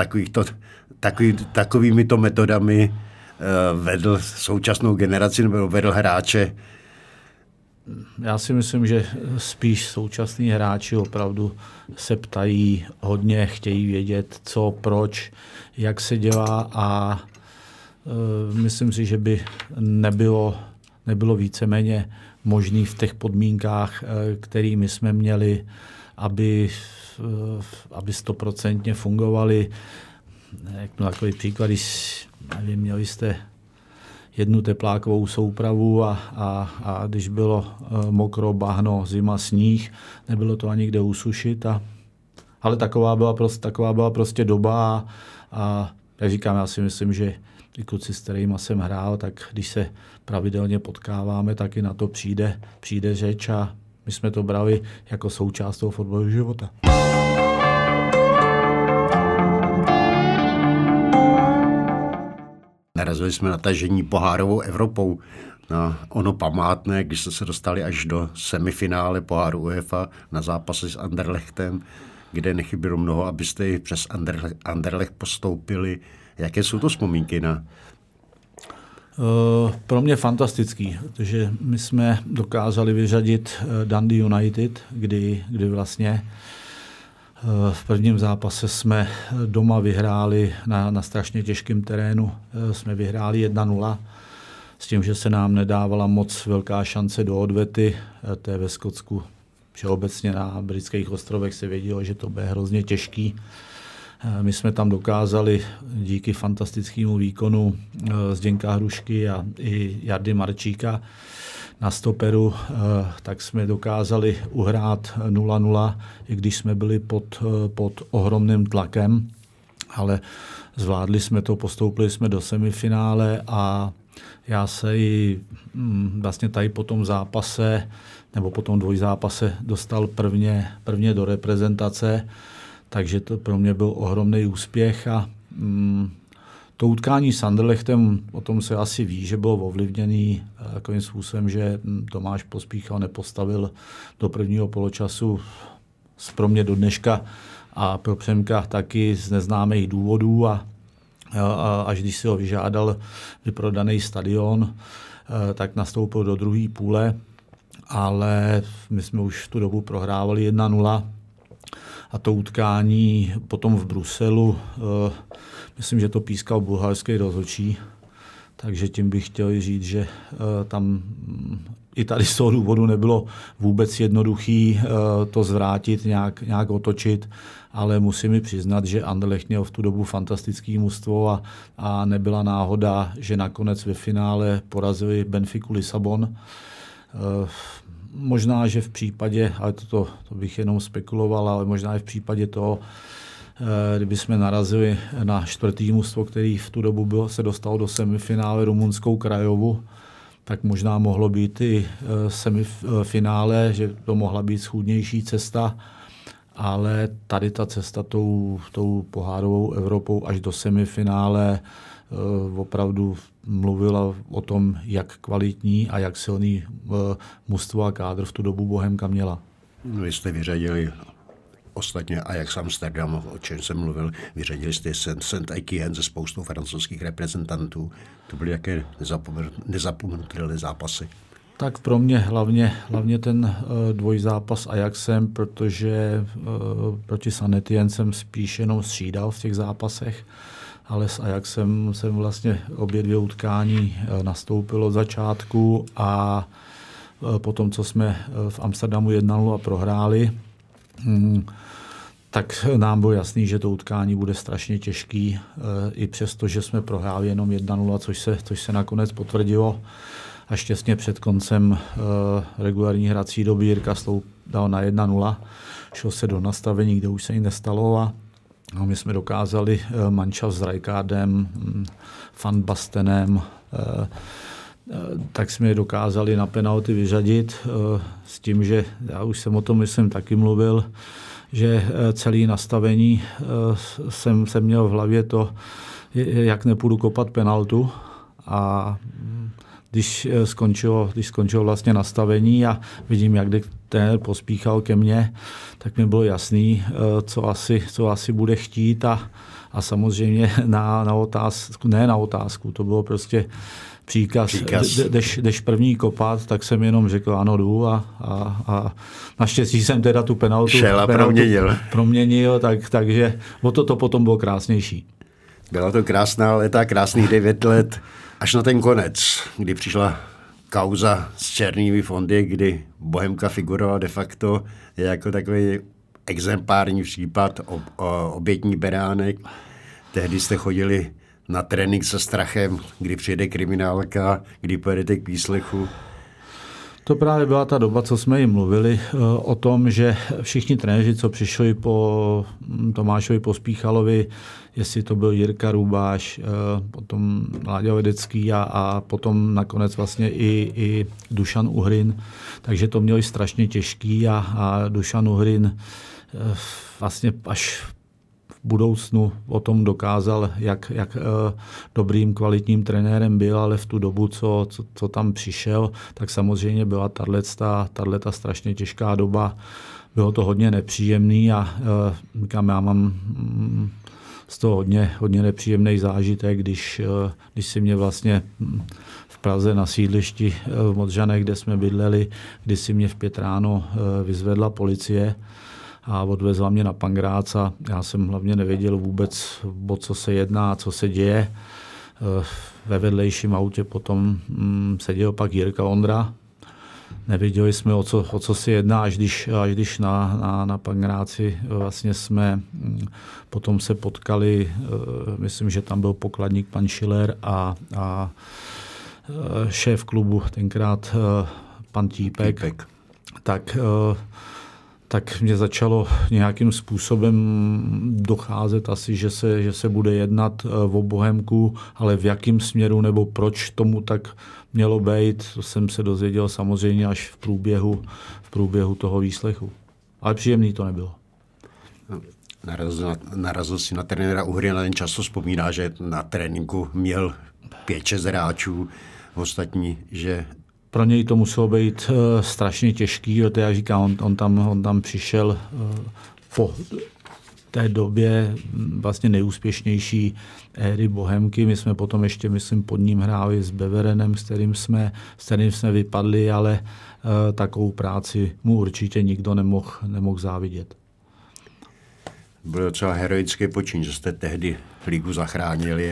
takovýmito metodami vedl současnou generaci nebo vedl hráče? Já si myslím, že spíš současní hráči opravdu se ptají hodně, chtějí vědět, co, proč, jak se dělá a myslím si, že by nebylo víceméně možný v těch podmínkách, kterými jsme měli, aby 100% fungovaly. Takový příklad, nevím, měli jste jednu teplákovou soupravu a když bylo mokro, bahno, zima, sníh, nebylo to ani kde usušit. Ale taková byla prostě doba a jak říkám, já si myslím, že ty kluci, s kterýma jsem hrál, tak když se pravidelně potkáváme, tak i na to přijde řeč a my jsme to brali jako součást toho fotbalového života. Narazili jsme na tažení pohárovou Evropou, na ono památné, když jste se dostali až do semifinále poháru UEFA na zápasy s Anderlechtem, kde nechybilo mnoho, abyste i přes Anderlecht postoupili. Jaké jsou to vzpomínky na? Pro mě fantastický, protože my jsme dokázali vyřadit Dundee United, kdy vlastně v prvním zápase jsme doma vyhráli na strašně těžkém terénu. Jsme vyhráli 1-0 s tím, že se nám nedávala moc velká šance do odvety. To je ve Skotsku. Všeobecně na britských ostrovech se vědělo, že to bude hrozně těžký. My jsme tam dokázali díky fantastickému výkonu Zděňka Hrušky a i Jardy Marčíka na stoperu, tak jsme dokázali uhrát 0-0, i když jsme byli pod ohromným tlakem, ale zvládli jsme to, postoupili jsme do semifinále a já se i vlastně tady po tom zápase nebo po tom dvojzápase dostal prvně do reprezentace, takže to pro mě byl ohromný úspěch a to utkání s Anderlechtem, o tom se asi ví, že bylo ovlivněný takovým způsobem, že Tomáš Pospíchal nepostavil do prvního poločasu pro mě do dneška a pro Přemka taky z neznámých důvodů a až když si ho vyžádal vyprodaný stadion, tak nastoupil do druhé půle, ale my jsme už v tu dobu prohrávali 1-0 a to utkání potom v Bruselu, myslím, že to pískal bulharský rozhodčí, takže tím bych chtěl říct, že tam i tady z toho důvodu nebylo vůbec jednoduchý to zvrátit, nějak otočit, ale musím mi přiznat, že Anderlecht měl v tu dobu fantastické mužstvo a nebyla náhoda, že nakonec ve finále porazili Benfiku Lisabon. Možná, že v případě, ale to bych jenom spekuloval, ale možná i v případě toho, kdyby jsme narazili na čtvrtý mužstvo, který v tu dobu se dostal do semifinále rumunskou Krajovu, tak možná mohlo být i semifinále, že to mohla být schůdnější cesta, ale tady ta cesta tou pohárovou Evropou až do semifinále opravdu mluvila o tom, jak kvalitní a jak silný mužstvo a kádr v tu dobu Bohemka měla. Vy jste vyřadili ostatně Ajax Amsterdam, o čem jsem mluvil, vyřadili jste Saint-Étienne ze spoustou francouzských reprezentantů. To byly jaké nezapomenutelné zápasy? Tak pro mě hlavně ten dvojzápas s Ajaxem, protože proti Saint-Étienne jsem spíš jenom střídal v těch zápasech, ale s Ajaxem jsem vlastně obě dvě utkání nastoupil od začátku a potom, co jsme v Amsterdamu 1-0 prohráli, tak nám bylo jasný, že to utkání bude strašně těžký, i přesto, že jsme prohráli jenom 1-0, což se nakonec potvrdilo. A štěstně před koncem regulární hrací doby Jirka Sloup dal na 1-0. Šlo se do nastavení, kde už se nic nestalo a my jsme dokázali mančaft s Rijkaardem, Van Bastenem, tak jsme je dokázali na penalty vyřadit s tím, že já už jsem o tom myslím taky mluvil, že celé nastavení jsem měl v hlavě to, jak nepůjdu kopat penaltu a když skončilo vlastně nastavení a vidím, jak ten pospíchal ke mně, tak mi bylo jasný, co asi bude chtít a samozřejmě na otázku, to bylo prostě příkaz. Jdeš první kopat, tak jsem jenom řekl ano, jdu a naštěstí jsem teda tu penaltu proměnil, takže o to potom bylo krásnější. Byla to krásná léta, krásných 9 let, až na ten konec, kdy přišla kauza s černými fondy, kdy Bohemka figurovala de facto jako takový exemplární případ, obětní beránek. Tehdy jste chodili na trénink se strachem, kdy přijede kriminálka, kdy pojedete k výslechu. To právě byla ta doba, co jsme jim mluvili o tom, že všichni trenéři, co přišli po Tomášovi Pospíchalovi, jestli to byl Jirka Rubáš, potom Láďa Vedecký a potom nakonec vlastně i Dušan Uhrin, takže to měli strašně těžký a Dušan Uhrin vlastně až v budoucnu o tom dokázal, jak dobrým kvalitním trenérem byl, ale v tu dobu, co tam přišel, tak samozřejmě byla tato strašně těžká doba. Bylo to hodně nepříjemný a říkám, já mám z toho hodně nepříjemný zážitek, když si mě vlastně v Praze na sídlišti v Modřanech, kde jsme bydleli, když si mě v 5 ráno vyzvedla policie a odvezla mě na Pangrác a já jsem hlavně nevěděl vůbec, o co se jedná, co se děje. Ve vedlejším autě potom seděl pak Jirka Ondra. Nevěděli jsme, o co se jedná, až když na Pangráci vlastně jsme potom se potkali, myslím, že tam byl pokladník pan Schiller a šéf klubu tenkrát pan Típek. Tak mě začalo nějakým způsobem docházet asi, že se bude jednat o Bohemku, ale v jakém směru nebo proč tomu tak mělo být, to jsem se dozvěděl samozřejmě až v průběhu toho výslechu. Ale příjemný to nebylo. Narazil si na trenéra Uhrina, ten často vzpomíná, že na tréninku měl 5-6 hráčů, ostatní, že pro něj to muselo být strašně těžký, protože jak říkám, on tam přišel té době vlastně nejúspěšnější éry Bohemky. My jsme potom ještě, myslím, pod ním hráli s Beverenem, s kterým jsme vypadli, ale takovou práci mu určitě nikdo nemohl závidět. Byl docela heroický počin, že jste tehdy ligu zachránili.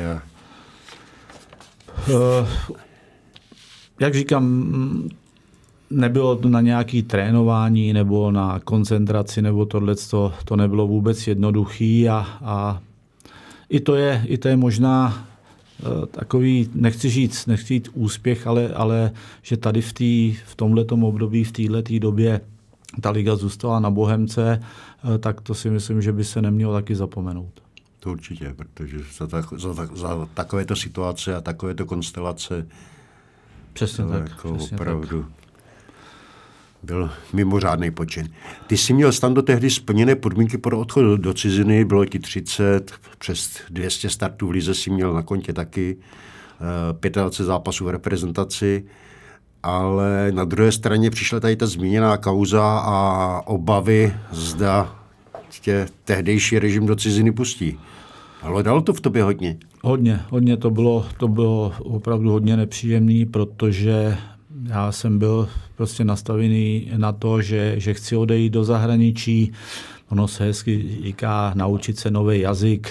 Jak říkám, nebylo to na nějaké trénování nebo na koncentraci, nebo tohleto, to nebylo vůbec jednoduchý a i to je možná takový, nechci říct úspěch, ale že tady v tomhletom období, v této době ta liga zůstala na Bohemce, tak to si myslím, že by se nemělo taky zapomenout. To určitě, protože za takovéto situace a takovéto konstelace přesně tak. Jako opravdu tak. Byl mimořádný počin. Ty jsi měl, Stando, tehdy splněné podmínky pro odchod do ciziny, bylo ti 30, přes 200 startů v lize si měl na kontě taky, 25 zápasů v reprezentaci, ale na druhé straně přišla tady ta zmíněná kauza a obavy, zda tě tehdejší režim do ciziny pustí. Ale dalo to v tobě hodně? Hodně to bylo opravdu hodně nepříjemný, protože já jsem byl prostě nastavený na to, že chci odejít do zahraničí. Ono se hezky říká naučit se nový jazyk,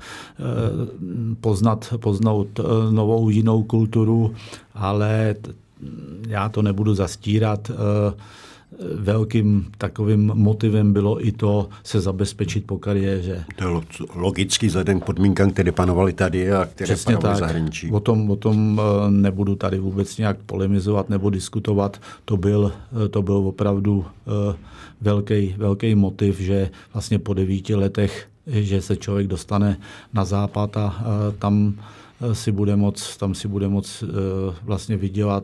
poznat novou jinou kulturu, ale já to nebudu zastírat. Velkým takovým motivem bylo i to se zabezpečit po kariéře. To je logický vzhledem k podmínkám, které panovaly tady a které panovaly v zahraničí. O tom nebudu tady vůbec nějak polemizovat nebo diskutovat. To byl opravdu velký motiv, že vlastně po 9 letech, že se člověk dostane na západ a tam si bude moc vlastně vydělat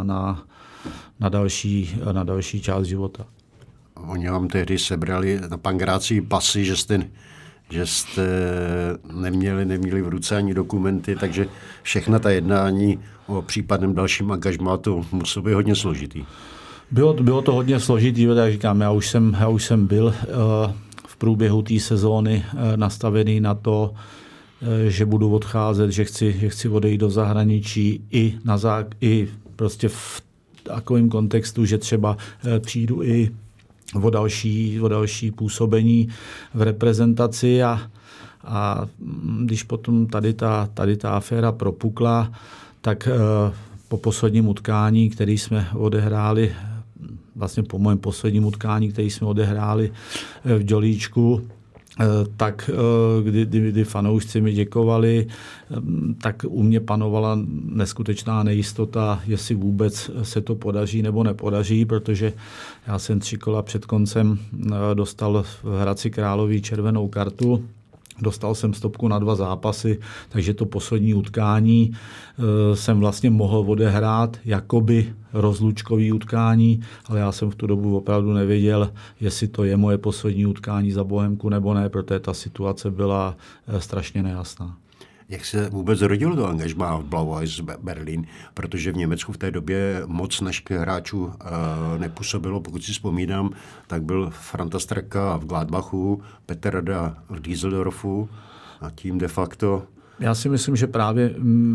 na další část života. Oni vám tehdy sebrali na Pangrácii pasy, že jste neměli v ruce ani dokumenty, takže všechna ta jednání o případném dalším angažmá to muselo být hodně složitý. Bylo to hodně složitý, tak říkám, já už jsem byl v průběhu té sezóny nastavený na to, že budu odcházet, že chci odejít do zahraničí i prostě v takovém kontextu, že třeba přijdu i o další působení v reprezentaci a když potom tady ta aféra propukla, tak po posledním utkání, který jsme odehráli, vlastně po mém posledním utkání, který jsme odehráli v Dělíčku, tak kdy fanoušci mi děkovali, tak u mě panovala neskutečná nejistota, jestli vůbec se to podaří nebo nepodaří, protože já jsem 3 kola před koncem dostal v Hradci Králové červenou kartu. Dostal jsem stopku na 2 zápasy, takže to poslední utkání jsem vlastně mohl odehrát jakoby rozlučkový utkání, ale já jsem v tu dobu opravdu nevěděl, jestli to je moje poslední utkání za Bohemku nebo ne, protože ta situace byla strašně nejasná. Jak se vůbec rodilo to angažmá v Blau-Weiß Berlin? Protože v Německu v té době moc našich hráčů nepůsobilo. Pokud si vzpomínám, tak byl Franta Straka v Gladbachu, Petr Rada v Düsseldorfu a tím de facto... Já si myslím, že právě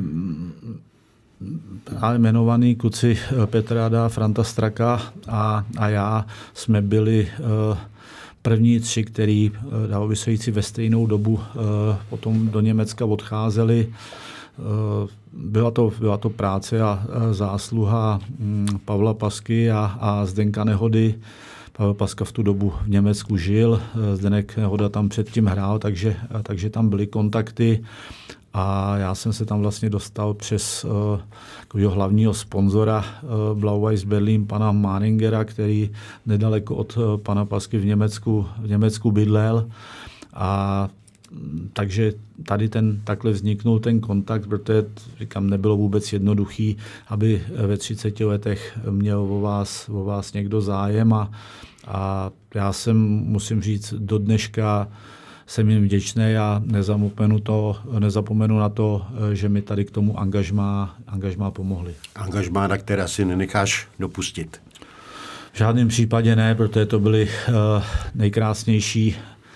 jmenovaný kluci Petr Rada, Franta Straka a já jsme byli... první 3, který, dalo by se říci, ve stejnou dobu potom do Německa odcházeli. Byla to práce a zásluha Pavla Pasky a Zdenka Nehody. Pavel Paska v tu dobu v Německu žil, Zdeněk Nehoda tam předtím hrál, takže tam byly kontakty. A já jsem se tam vlastně dostal přes hlavního sponzora Blau-Weiß Berlin, pana Maningera, který nedaleko od pana Pasky v Německu bydlel. A takže tady takhle vzniknul ten kontakt, protože říkám, nebylo vůbec jednoduchý, aby ve 30 letech měl o vás někdo zájem. A já musím říct, do dneška jsem jim vděčný a nezapomenu na to, že mi tady k tomu angažmá pomohli. Angažmá, na které si nenecháš dopustit? V žádném případě ne, protože to byly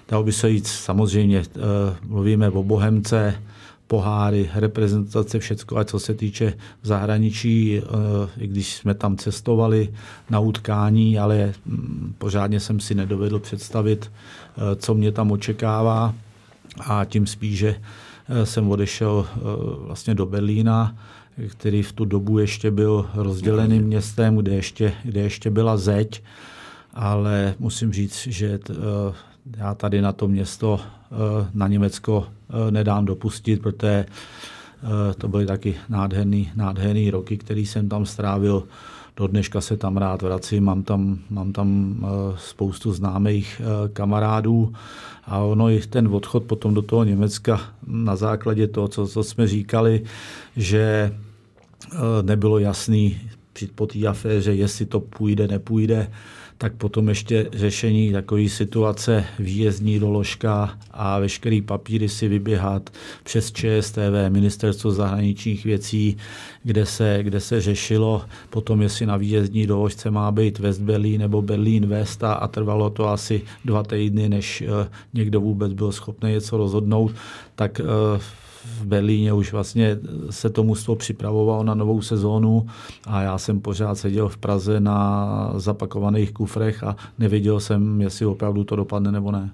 Dalo by se jít samozřejmě, mluvíme o Bohemce, poháry, reprezentace, všecko, a co se týče zahraničí, i když jsme tam cestovali na utkání, ale pořádně jsem si nedovedl představit, co mě tam očekává, a tím spíš, že jsem odešel vlastně do Berlína, který v tu dobu ještě byl rozděleným městem, kde ještě byla zeď, ale musím říct, že já tady na to město, na Německo nedám dopustit, protože to byly taky nádherný roky, který jsem tam strávil. Do dneška se tam rád vracím, mám tam spoustu známých kamarádů, a ono i ten odchod potom do toho Německa na základě toho, co jsme říkali, že nebylo jasný po té aféře, jestli to půjde, nepůjde, tak potom ještě řešení takové situace, výjezdní doložka a veškerý papíry si vyběhat přes ČSTV, Ministerstvo zahraničních věcí, kde se řešilo potom, jestli na výjezdní doložce má být West Berlin nebo Berlín West, a trvalo to asi 2 týdny, než někdo vůbec byl schopný něco rozhodnout, tak v Berlíně už vlastně se to mužstvo připravovalo na novou sezónu a já jsem pořád seděl v Praze na zapakovaných kufrech a nevěděl jsem, jestli opravdu to dopadne nebo ne.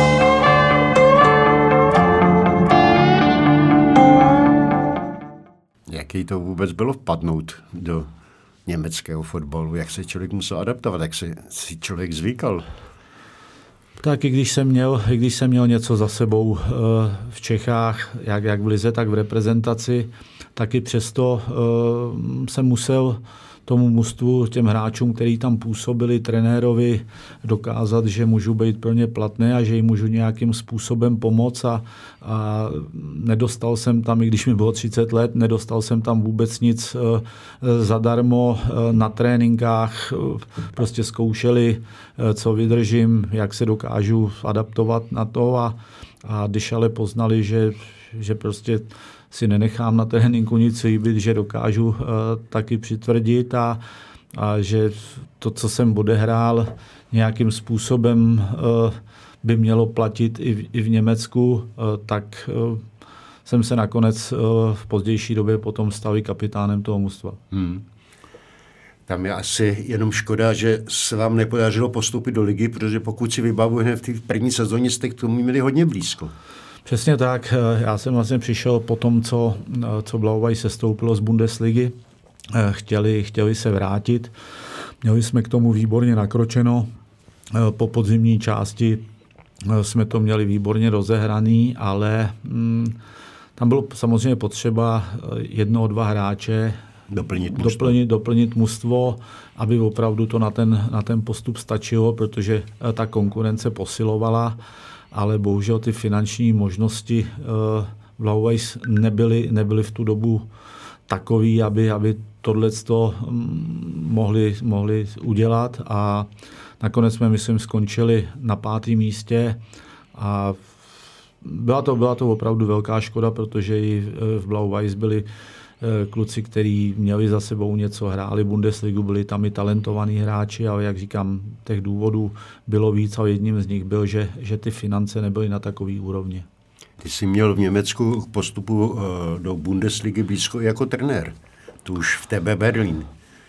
Jaký to vůbec bylo vpadnout do německého fotbalu? Jak se člověk musel adaptovat? Jak si člověk zvykal? Tak i když jsem měl něco za sebou v Čechách, jak v lize, tak v reprezentaci, tak i přesto jsem musel tomu mužstvu, těm hráčům, kteří tam působili, trenérovi, dokázat, že můžu být pro ně platný a že jim můžu nějakým způsobem pomoct, a nedostal jsem tam, i když mi bylo 30 let, nedostal jsem tam vůbec nic zadarmo. Na tréninkách prostě zkoušeli, co vydržím, jak se dokážu adaptovat na to, a když ale poznali, že prostě si nenechám na tréninku nic líbit, že dokážu taky přitvrdit a že to, co jsem odehrál, nějakým způsobem by mělo platit i v Německu, tak jsem se nakonec v pozdější době potom stal i kapitánem toho mužstva. Tam je asi jenom škoda, že se vám nepodařilo postoupit do ligy, protože pokud si vybavuji, v té první sezóně jste k tomu měli hodně blízko. Přesně tak. Já jsem vlastně přišel po tom, co Blau-Weiß sestoupilo z Bundesligy. Chtěli se vrátit. Měli jsme k tomu výborně nakročeno. Po podzimní části jsme to měli výborně rozehraný, ale tam bylo samozřejmě potřeba 1-2 hráče doplnit mužstvo, aby opravdu to na ten postup stačilo, protože ta konkurence posilovala, ale bohužel ty finanční možnosti Blau-Weiß nebyly v tu dobu takový, aby tohleto mohli udělat, a nakonec jsme, myslím, skončili na 5. místě a byla to opravdu velká škoda, protože i v Blau-Weiß byli kluci, kteří měli za sebou něco, hráli Bundesligu, byli tam i talentovaní hráči, ale jak říkám, těch důvodů bylo víc, a jedním z nich byl, že ty finance nebyly na takový úrovni. Ty jsi měl v Německu k postupu do Bundesligy blízko jako trenér. Tu už v TB Berlín.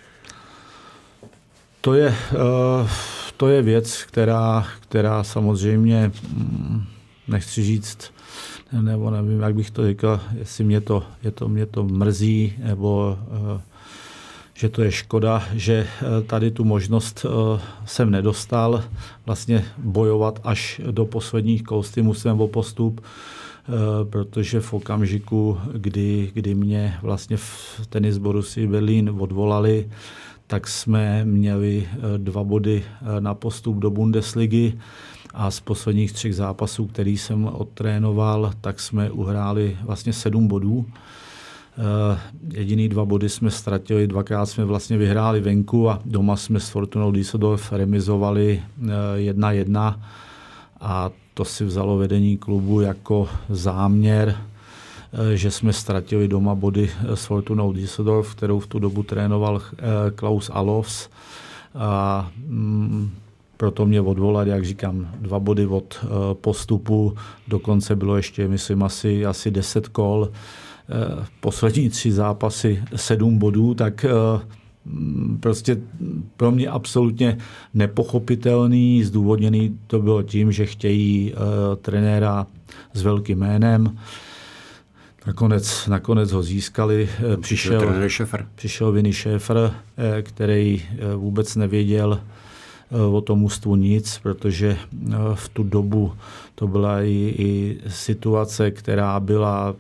To je věc, která samozřejmě, nechci říct, nebo nevím, jak bych to říkal, jestli mě to mrzí, nebo že to je škoda, že tady tu možnost jsem nedostal vlastně bojovat až do posledních kol s tím mužstvem o postup, protože v okamžiku, kdy mě vlastně v tenis Borussii Berlín odvolali, tak jsme měli 2 body na postup do Bundesligy a z posledních 3 zápasů, který jsem odtrénoval, tak jsme uhráli vlastně 7 bodů. Jediný 2 body jsme ztratili, 2krát jsme vlastně vyhráli venku a doma jsme s Fortunou Düsseldorf remizovali 1-1 a to si vzalo vedení klubu jako záměr, že jsme ztratili doma body s Fortunou Düsseldorf, kterou v tu dobu trénoval Klaus Allofs. proto mě odvolat, jak říkám, 2 body od postupu, dokonce bylo ještě, myslím, asi 10 kol, poslední 3 zápasy 7 bodů, tak prostě pro mě absolutně nepochopitelný, zdůvodněný to bylo tím, že chtějí trenéra s velkým jménem. Nakonec ho získali. Přišel Vinny Schaefer, který vůbec nevěděl o tom mužstvu nic, protože v tu dobu to byla i situace, která byla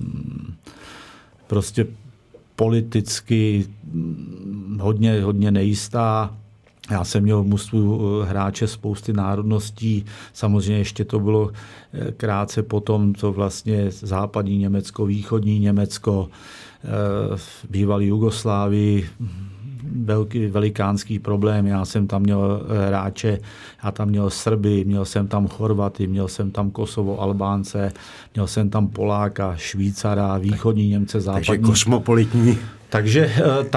prostě politicky hodně nejistá. Já jsem měl v mužstvu hráče spousty národností. Samozřejmě ještě to bylo krátce potom, co vlastně západní Německo, východní Německo, bývalý Jugoslávii, velikánský problém. Já jsem tam měl hráče, já tam měl Srby, měl jsem tam Chorvaty, měl jsem tam Kosovo, Albánce, měl jsem tam Poláka, Švýcara, východní Němce, západní. Takže kosmopolitní. Takže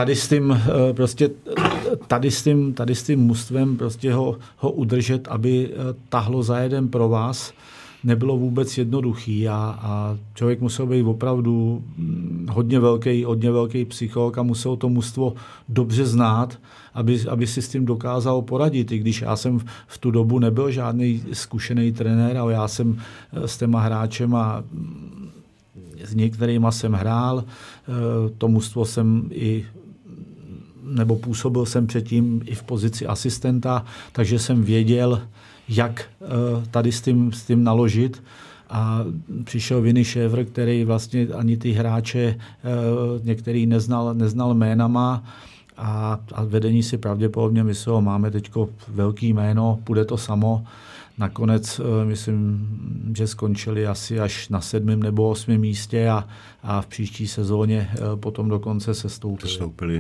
tady s tím mužstvem prostě ho udržet, aby tahlo za jeden pro vás, nebylo vůbec jednoduchý a člověk musel být opravdu hodně velký psycholog a musel to mužstvo dobře znát, aby si s tím dokázal poradit. I když já jsem v tu dobu nebyl žádný zkušený trenér, ale já jsem s těma hráčema s některýma jsem hrál, to mužstvo jsem nebo působil jsem předtím i v pozici asistenta, takže jsem věděl, jak tady s tím naložit. A přišel Vinny Schaefer, který vlastně ani ty hráče některý neznal jménama a vedení si pravděpodobně myslelo, máme teďko velký jméno, půjde to samo. Nakonec myslím, že skončili asi až na 7. nebo 8. místě a v příští sezóně potom dokonce sestoupili.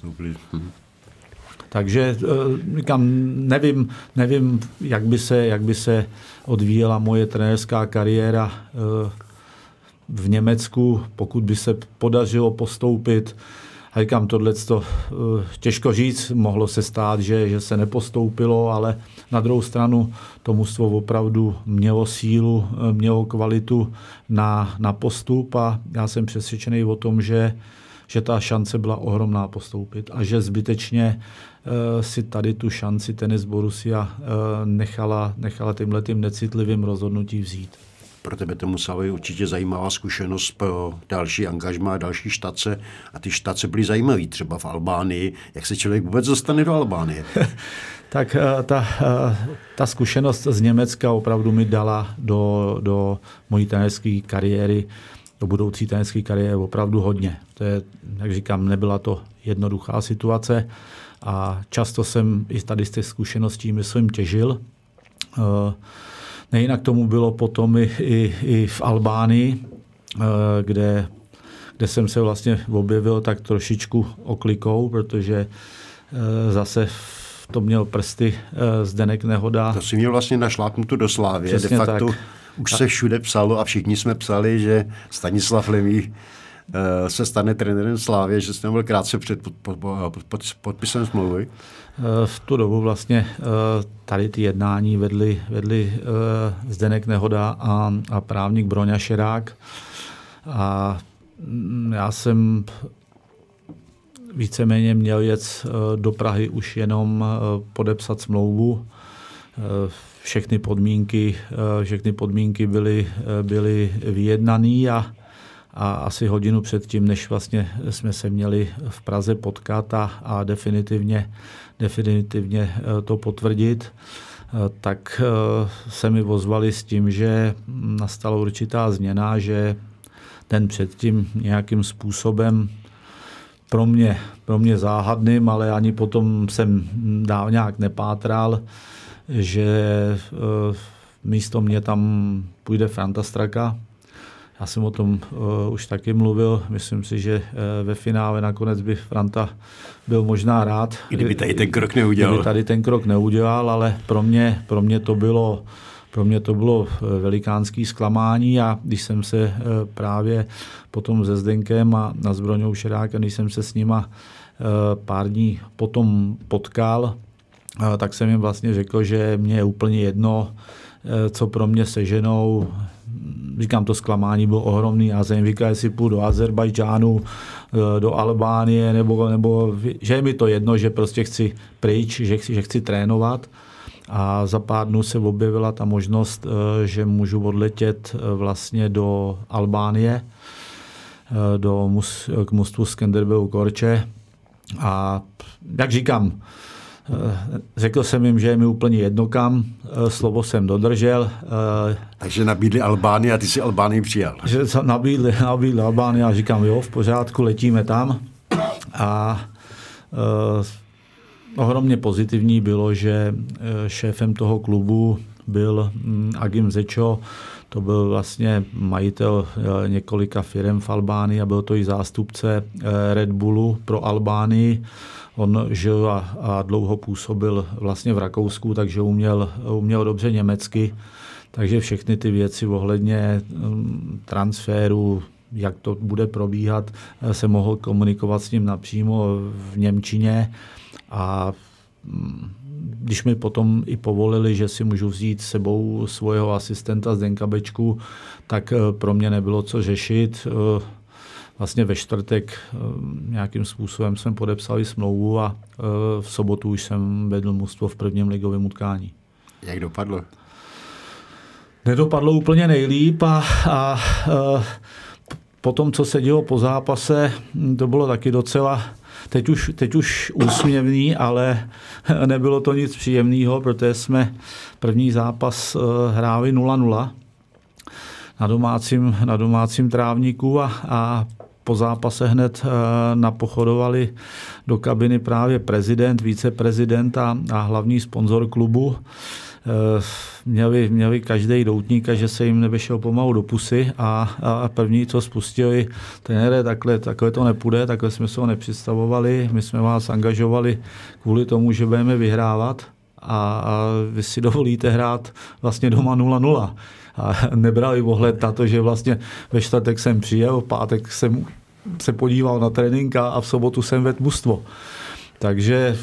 Takže nevím, jak by se odvíjela moje trenérská kariéra v Německu, pokud by se podařilo postoupit. A říkám, tohleto těžko říct, mohlo se stát, že se nepostoupilo, ale na druhou stranu to mužstvo opravdu mělo sílu, mělo kvalitu na postup a já jsem přesvědčený o tom, že ta šance byla ohromná postoupit a že zbytečně si tady tu šanci Tenis Borussia nechala tímhletým necitlivým rozhodnutí vzít. Pro tebe to musela být určitě zajímavá zkušenost pro další angažmá a další štace. A ty štace byly zajímavé, třeba v Albánii. Jak se člověk vůbec dostane do Albánie? Tak ta zkušenost z Německa opravdu mi dala do mojí trenérské kariéry, do budoucí trenérské kariéry opravdu hodně. To je, jak říkám, nebyla to jednoduchá situace a často jsem i tady z těch zkušeností, myslím, těžil. Nejinak tomu bylo potom i v Albánii, kde jsem se vlastně objevil tak trošičku oklikou, protože zase to měl prsty Zdeněk Nehoda. To si měl vlastně našlápnutu do Slávie. Přesně de facto tak. Už se všude psalo a všichni jsme psali, že Stanislav Lemý se stane trenérem Slávie, že jste byl krátce před podpisem smlouvy. V tu dobu vlastně tady ty jednání vedli Zdeněk Nehoda a právník Broňa Šerák. A já jsem víceméně měl jet do Prahy už jenom podepsat smlouvu. Všechny podmínky byly vyjednané a asi hodinu předtím, než vlastně jsme se měli v Praze potkat a definitivně to potvrdit, tak se mi ozvali s tím, že nastala určitá změna, že ten předtím nějakým způsobem pro mě záhadným, ale ani potom jsem dál nějak nepátral, že místo mě tam půjde Franta Straka. Já jsem o tom už taky mluvil. Myslím si, že ve finále nakonec by Franta byl možná rád. Kdyby tady ten krok neudělal. Ale pro mě to bylo velikánský zklamání a když jsem se právě potom se Zdenkem a s Broňou Šerákem, když jsem se s nima pár dní potom potkal, tak jsem jim vlastně řekl, že mě je úplně jedno, co pro mě seženou. Říkám, to zklamání bylo ohromný. Já jsem jim říkal, jestli půjdu do Azerbajdžánu, do Albánie, nebo že je mi to jedno, že prostě chci pryč, že chci trénovat. A za pár dnů se objevila ta možnost, že můžu odletět vlastně do Albánie, k mužstvu Skanderbegu Korče. A jak říkám, řekl jsem jim, že je mi úplně jedno kam, slovo jsem dodržel. Takže nabídli Albánii a ty si Albánii přijal. Že nabídli Albánii a říkám, jo, v pořádku, letíme tam. A ohromně pozitivní bylo, že šéfem toho klubu byl Agim Zečo, to byl vlastně majitel několika firem v Albánii a byl to i zástupce Red Bullu pro Albánii. On žil a dlouho působil vlastně v Rakousku, takže uměl dobře německy. Takže všechny ty věci ohledně transferu, jak to bude probíhat, se mohl komunikovat s ním napřímo v němčině. A když mi potom i povolili, že si můžu vzít s sebou svého asistenta Zdenka Bečku, tak pro mě nebylo co řešit. Vlastně ve čtvrtek nějakým způsobem jsme podepsali smlouvu a v sobotu už jsem vedl mužstvo v prvním ligovém utkání. Jak dopadlo? Nedopadlo úplně nejlíp a po tom, co se dělo po zápase, to bylo taky docela teď už úsměvný, ale nebylo to nic příjemného, protože jsme první zápas hráli 0-0 na domácím trávníku a po zápase hned napochodovali do kabiny právě prezident, viceprezident a hlavní sponzor klubu. Měli každý doutníka, že se jim nevešel pomalu do pusy a první, co spustili, trenére, takhle to nepůjde, takhle jsme se ho nepředstavovali, my jsme vás angažovali kvůli tomu, že budeme vyhrávat a vy si dovolíte hrát vlastně doma 0-0. A nebrali ohled na to, že vlastně ve čtvrtek jsem přijel, v pátek jsem se podíval na trénink a v sobotu jsem vedl mužstvo. Takže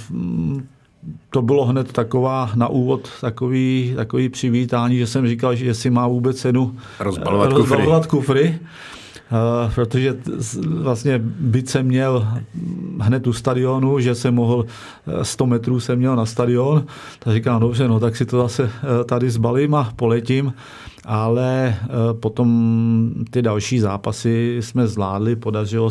to bylo hned na úvod takový přivítání, že jsem říkal, že si má vůbec cenu rozbalovat kufry. Protože vlastně byť jsem měl hned u stadionu, že jsem mohl 100 metrů jsem měl na stadion, tak říkám, dobře, no tak si to zase tady zbalím a poletím, ale potom ty další zápasy jsme zvládli, podařilo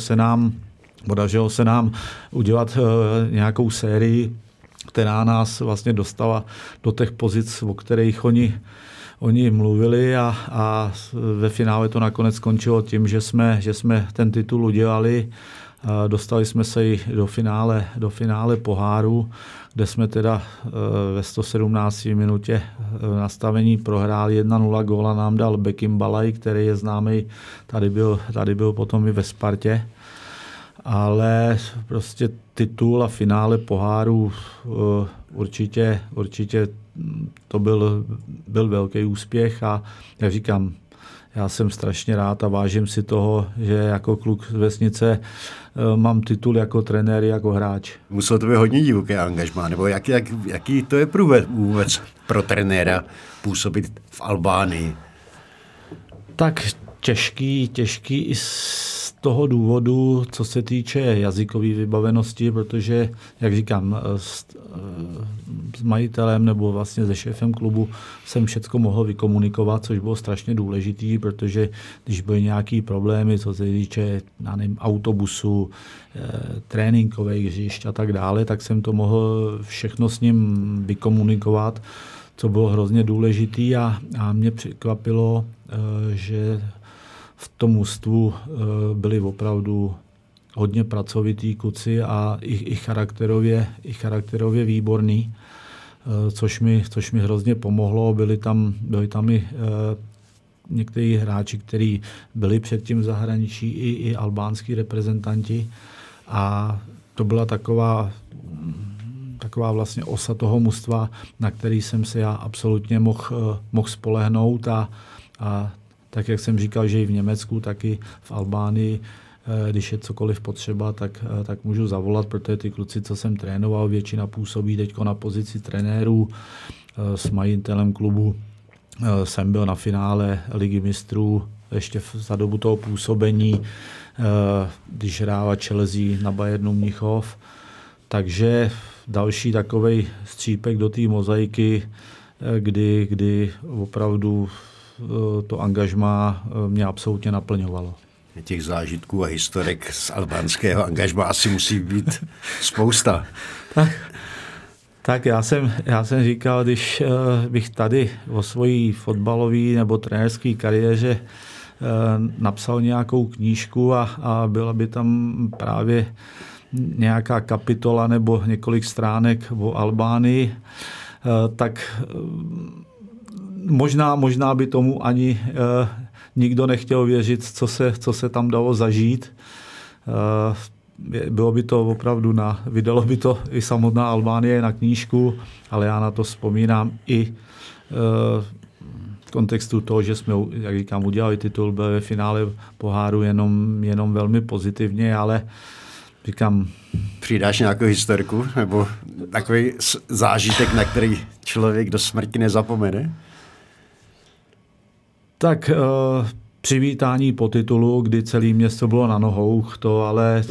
se nám udělat nějakou sérii, která nás vlastně dostala do těch pozic, o kterých oni mluvili a ve finále to nakonec skončilo tím, že jsme ten titul udělali. Dostali jsme se i do finále poháru, kde jsme teda ve 117 minutě nastavení prohráli 1-0, góla nám dal Bekim Balaj, který je známý, tady byl potom i ve Spartě. Ale prostě titul a finále poháru určitě to byl velký úspěch a jak říkám, já jsem strašně rád a vážím si toho, že jako kluk z vesnice mám titul jako trenér, jako hráč. Muselo to být hodně divoké angažmá, nebo jaký to je průvod pro trenéra působit v Albánii? Tak těžký i z toho důvodu, co se týče jazykové vybavenosti, protože, jak říkám, s majitelem nebo vlastně se šéfem klubu jsem všecko mohl vykomunikovat, což bylo strašně důležitý, protože když byly nějaký problémy, co se týče autobusu, tréninkových hřišť a tak dále, tak jsem to mohl všechno s ním vykomunikovat, co bylo hrozně důležitý a mě překvapilo, že v tom mužstvu byli opravdu hodně pracovitý kluci a i charakterově výborný, což mi hrozně pomohlo. Byli tam i někteří hráči, kteří byli předtím v zahraničí, i albánský reprezentanti a to byla taková vlastně osa toho mužstva, na který jsem se já absolutně mohl spolehnout a tak, jak jsem říkal, že i v Německu, tak i v Albánii když je cokoliv potřeba, tak můžu zavolat, protože ty kluci, co jsem trénoval, většina působí teď na pozici trenérů. S majitelem klubu jsem byl na finále Ligy mistrů ještě za dobu toho působení, když hrála Chelsea na Bayernu Mnichov. Takže další takovej střípek do té mozaiky, kdy opravdu to angažmá mě absolutně naplňovalo. Těch zážitků a historek z albánského angažmá asi musí být spousta. Tak já jsem říkal, když bych tady o svojí fotbalové nebo trenérské kariéře napsal nějakou knížku a byla by tam právě nějaká kapitola nebo několik stránek o Albánii, tak možná by tomu ani nikdo nechtěl věřit, co se tam dalo zažít. Bylo by to opravdu vydalo by to i samotná Albánie na knížku, ale já na to vzpomínám i v kontextu toho, že jsme, jak říkám, udělali titul, byl ve finále poháru jenom velmi pozitivně, ale říkám... Přidáš nějakou historku nebo takový zážitek, na který člověk do smrti nezapomene? Tak přivítání po titulu, kdy celé město bylo na nohou, to ale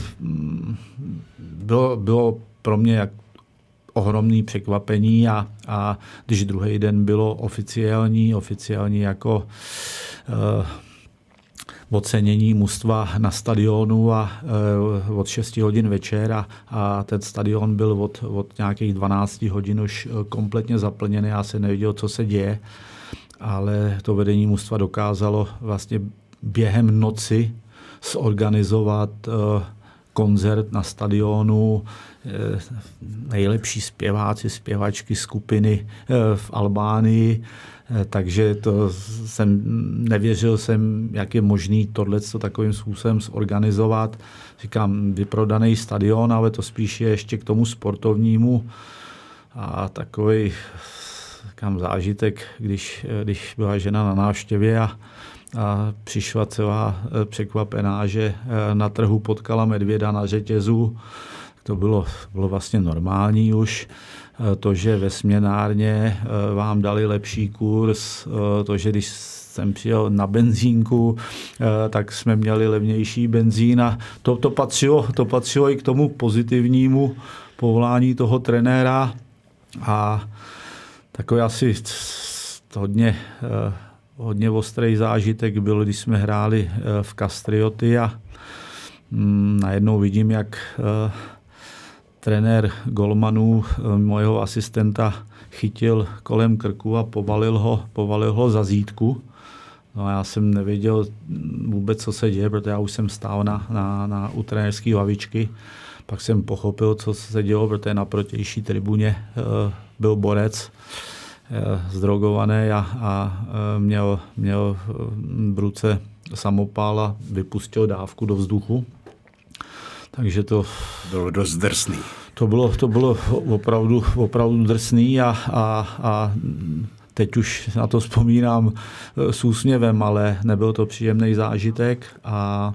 bylo pro mě jak ohromné překvapení a když druhý den bylo oficiální jako ocenění mužstva na stadionu a od 6 hodin večer a ten stadion byl od nějakých 12 hodin už kompletně zaplněný, já se nevěděl, co se děje, ale to vedení mužstva dokázalo vlastně během noci zorganizovat koncert na stadionu, nejlepší zpěváci, zpěvačky skupiny v Albánii, takže nevěřil jsem, jak je možný tohleto takovým způsobem zorganizovat. Říkám, vyprodaný stadion, ale to spíš je ještě k tomu sportovnímu a takový zážitek, když byla žena na návštěvě a přišla celá překvapená, že na trhu potkala medvěda na řetězu. To bylo vlastně normální už. To, že ve směnárně vám dali lepší kurz, to, že když jsem přijel na benzínku, tak jsme měli levnější benzín a to patřilo i k tomu pozitivnímu povolání toho trenéra a takový asi hodně ostrý zážitek byl, když jsme hráli v Kastrioti a najednou vidím, jak trenér golmanů mojeho asistenta chytil kolem krku a povalil ho za zítku. No a já jsem nevěděl vůbec, co se děje, protože já už jsem stál u trenérské lavičky. Pak jsem pochopil, co se dělo, protože na protější tribuně byl borec zdrogovaný a měl v ruce samopál a vypustil dávku do vzduchu. Takže to bylo dost drsný. To bylo opravdu drsný a teď už na to vzpomínám s úsměvem, ale nebyl to příjemný zážitek a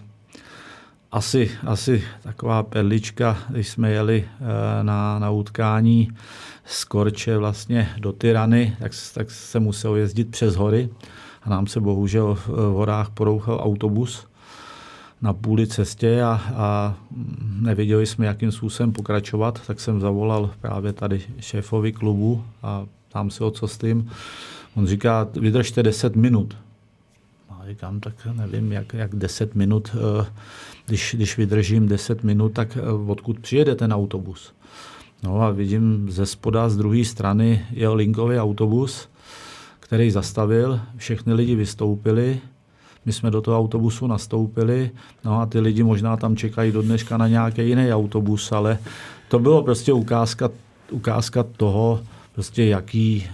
asi taková perlička, když jsme jeli na utkání z Korče vlastně do Tirany, tak se musel jezdit přes hory a nám se bohužel v horách porouchal autobus na půli cestě a nevěděli jsme, jakým způsobem pokračovat, tak jsem zavolal právě tady šéfovi klubu a ptám se, co s tím. On říká, vydržte 10 minut. A říkám, tak nevím, jak 10 minut, když vydržím 10 minut, tak odkud přijede ten autobus. No a vidím ze spoda, z druhé strany jel linkový autobus, který zastavil, všechny lidi vystoupili, my jsme do toho autobusu nastoupili, no a ty lidi možná tam čekají do dneška na nějaký jiný autobus, ale to bylo prostě ukázka toho, prostě jaký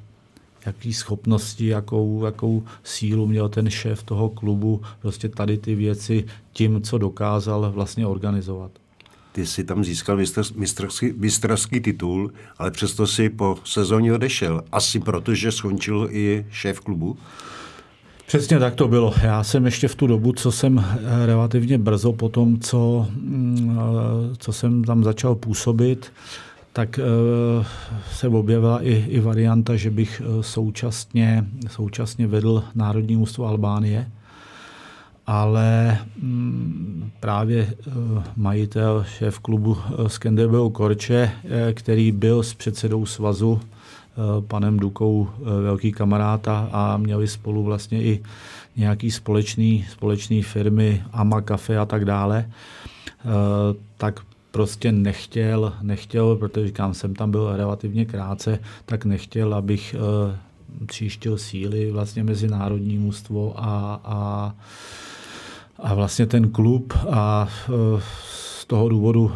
schopnosti, jakou sílu měl ten šéf toho klubu, prostě tady ty věci tím, co dokázal vlastně organizovat. Ty jsi tam získal mistrovský titul, ale přesto si po sezóně odešel. Asi proto, že skončil i šéf klubu? Přesně tak to bylo. Já jsem ještě v tu dobu, co jsem relativně brzo po tom, co jsem tam začal působit, tak se objevila i varianta, že bych současně vedl národní mužstvo Albánie. Ale právě majitel, šéf klubu Skanderbeu Korče, který byl s předsedou svazu panem Dukou velký kamarád a měli spolu vlastně i nějaký společný firmy, Ama Cafe a tak dále, tak prostě nechtěl, protože říkám, jsem tam byl relativně krátce, tak nechtěl, abych tříštil síly vlastně mezinárodní mužstvo a vlastně ten klub a z toho důvodu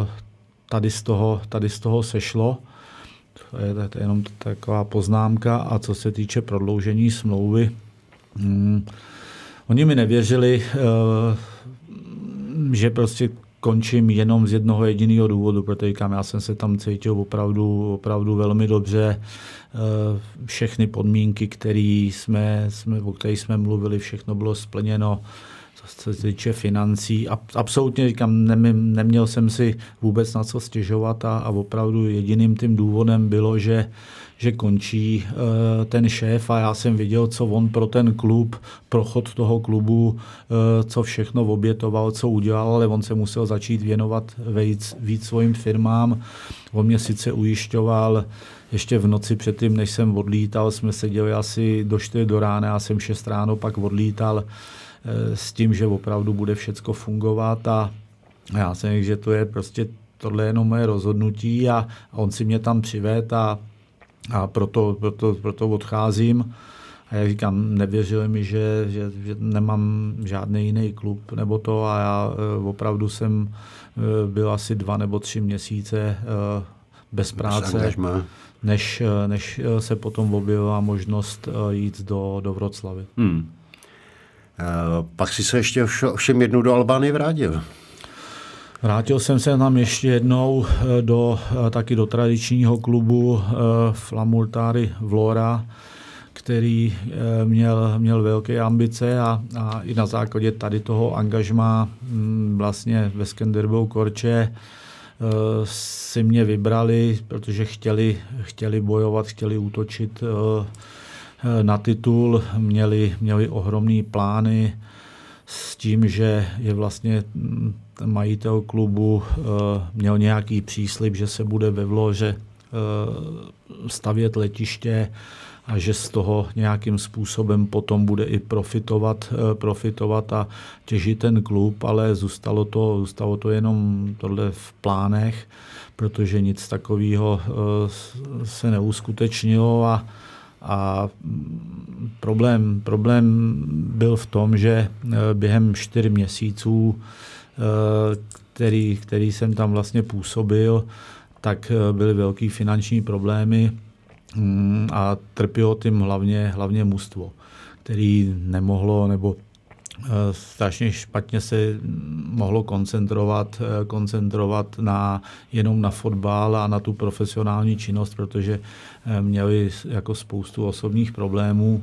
tady z toho sešlo. To je jenom taková poznámka. A co se týče prodloužení smlouvy, oni mi nevěřili, že prostě končím jenom z jednoho jediného důvodu, protože já jsem se tam cítil opravdu velmi dobře. Všechny podmínky, o kterých jsme mluvili, všechno bylo splněno. Co se týče financí. Absolutně říkám, neměl jsem si vůbec na co stěžovat a opravdu jediným tím důvodem bylo, že končí ten šéf a já jsem viděl, co on pro ten klub, pro chod toho klubu, co všechno obětoval, co udělal, ale on se musel začít věnovat víc svým firmám. On mě sice ujišťoval, ještě v noci předtím, než jsem odlítal, jsme seděli asi do 4 do rána, já jsem 6 ráno pak odlítal s tím, že opravdu bude všecko fungovat a já jsem řekl, že to je prostě tohle je jenom moje rozhodnutí a on si mě tam přived a proto odcházím. A jak říkám, nevěřili mi, že nemám žádný jiný klub nebo to a já opravdu jsem byl asi 2 nebo 3 měsíce bez práce, než se potom objevila možnost jít do Vroclavy. Pak si se ještě všem jednou do Albánie vrátil. Vrátil jsem se tam ještě jednou taky do tradičního klubu Flamurtari Vlora, který měl velké ambice a i na základě tady toho angažmá vlastně ve Skanderbeu Korče si mě vybrali, protože chtěli bojovat, chtěli útočit na titul, měli ohromné plány s tím, že je vlastně majitel klubu měl nějaký příslib, že se bude ve Vloře stavět letiště a že z toho nějakým způsobem potom bude i profitovat a těžit ten klub, ale zůstalo to jenom tohle v plánech, protože nic takového se neuskutečnilo a problém byl v tom, že během 4 měsíců, který jsem tam vlastně působil, tak byly velký finanční problémy a trpělo tím hlavně mužstvo, který nemohlo nebo strašně špatně se mohlo koncentrovat jenom na fotbal a na tu profesionální činnost, protože měli jako spoustu osobních problémů.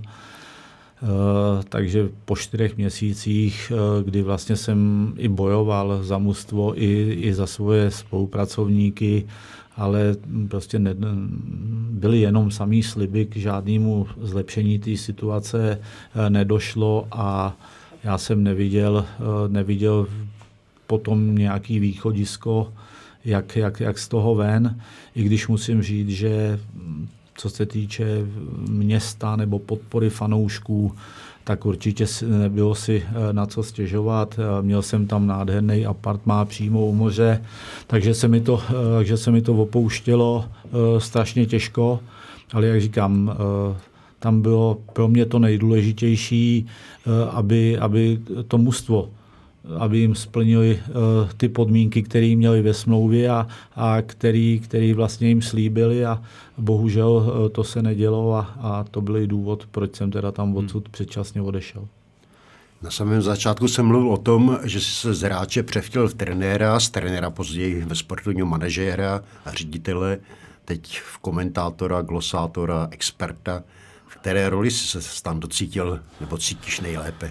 Takže po 4 měsících, kdy vlastně jsem i bojoval za mužstvo, i za svoje spolupracovníky, ale prostě byly jenom samý sliby, k žádnému zlepšení té situace nedošlo a já jsem neviděl potom nějaký východisko, jak z toho ven, i když musím říct, že co se týče města nebo podpory fanoušků, tak určitě nebylo si na co stěžovat. Měl jsem tam nádherný apartmán přímo u moře, takže se mi to opouštělo strašně těžko, ale jak říkám, tam bylo pro mě to nejdůležitější, aby to mužstvo, aby jim splnili ty podmínky, které měli ve smlouvě a který vlastně jim slíbili a bohužel to se nedělo a to byl důvod, proč jsem teda tam odsud předčasně odešel. Na samém začátku jsem mluvil o tom, že jsi se z hráče převtěl v trenéra, z trenéra později ve sportovního manažéra a ředitele, teď v komentátora, glosátora, experta V které roli jsi se tam docítil nebo cítíš nejlépe?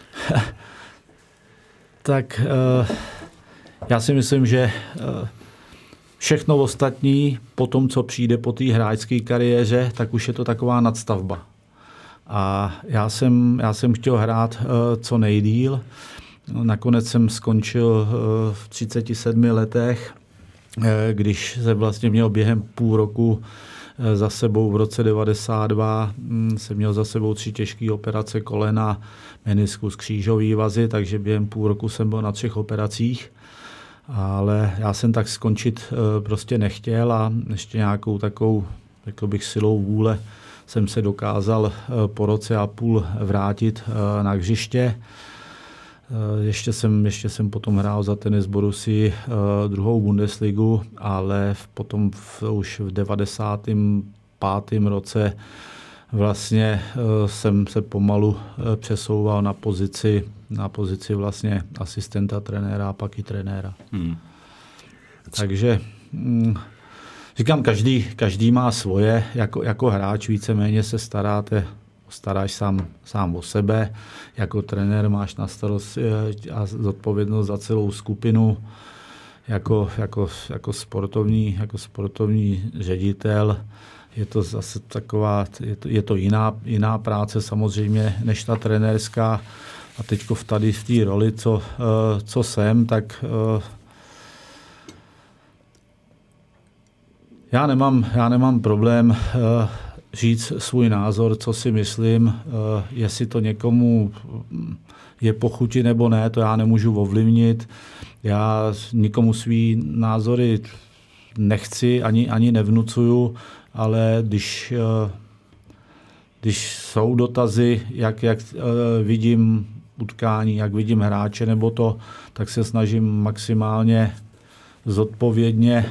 Tak já si myslím, že všechno ostatní po tom, co přijde po té hráčské kariéře, tak už je to taková nadstavba. A já jsem chtěl hrát co nejdýl. Nakonec jsem skončil v 37 letech, když se vlastně měl během půl roku za sebou v roce 92, jsem měl za sebou 3 těžké operace kolena, meniskus, křížový vazy, takže během půl roku jsem byl na 3 operacích. Ale já jsem tak skončit prostě nechtěl a ještě nějakou takovou, řekl bych, silou vůle jsem se dokázal po roce a půl vrátit na hřiště. Ještě jsem potom hrál za Tennis Borussii 2. Bundesligu, ale potom už v 95. roce vlastně jsem se pomalu přesouval na pozici vlastně asistenta trenéra a pak i trenéra. Takže říkám, každý má svoje, jako hráč víceméně se staráš sám o sebe, jako trenér máš na starost a zodpovědnost za celou skupinu, jako sportovní ředitel. Je to zase taková, je to jiná práce samozřejmě než ta trenérská. A teďko tady v té roli, co jsem, tak já nemám problém říct svůj názor, co si myslím, jestli to někomu je po chuti nebo ne, to já nemůžu ovlivnit. Já nikomu svý názory nechci, ani nevnucuju, ale když jsou dotazy, jak vidím utkání, jak vidím hráče nebo to, tak se snažím maximálně zodpovědně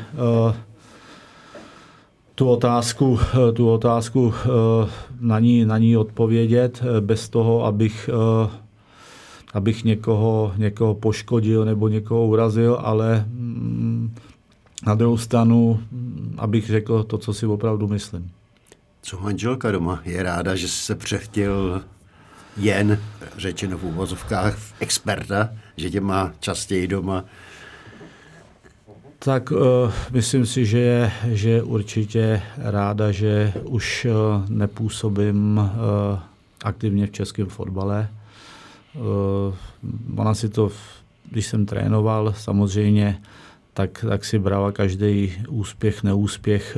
tu otázku na ní odpovědět, bez toho, abych někoho poškodil nebo někoho urazil, ale na druhou stranu, abych řekl to, co si opravdu myslím. Co manželka doma? Je ráda, že jsi se přechtěl jen, řečeno v uvozovkách, v experta, že tě má častěji doma? Tak myslím si, že je určitě ráda, že už nepůsobím aktivně v českém fotbale. Ona si to, když jsem trénoval, samozřejmě, tak si brala každý úspěch, neúspěch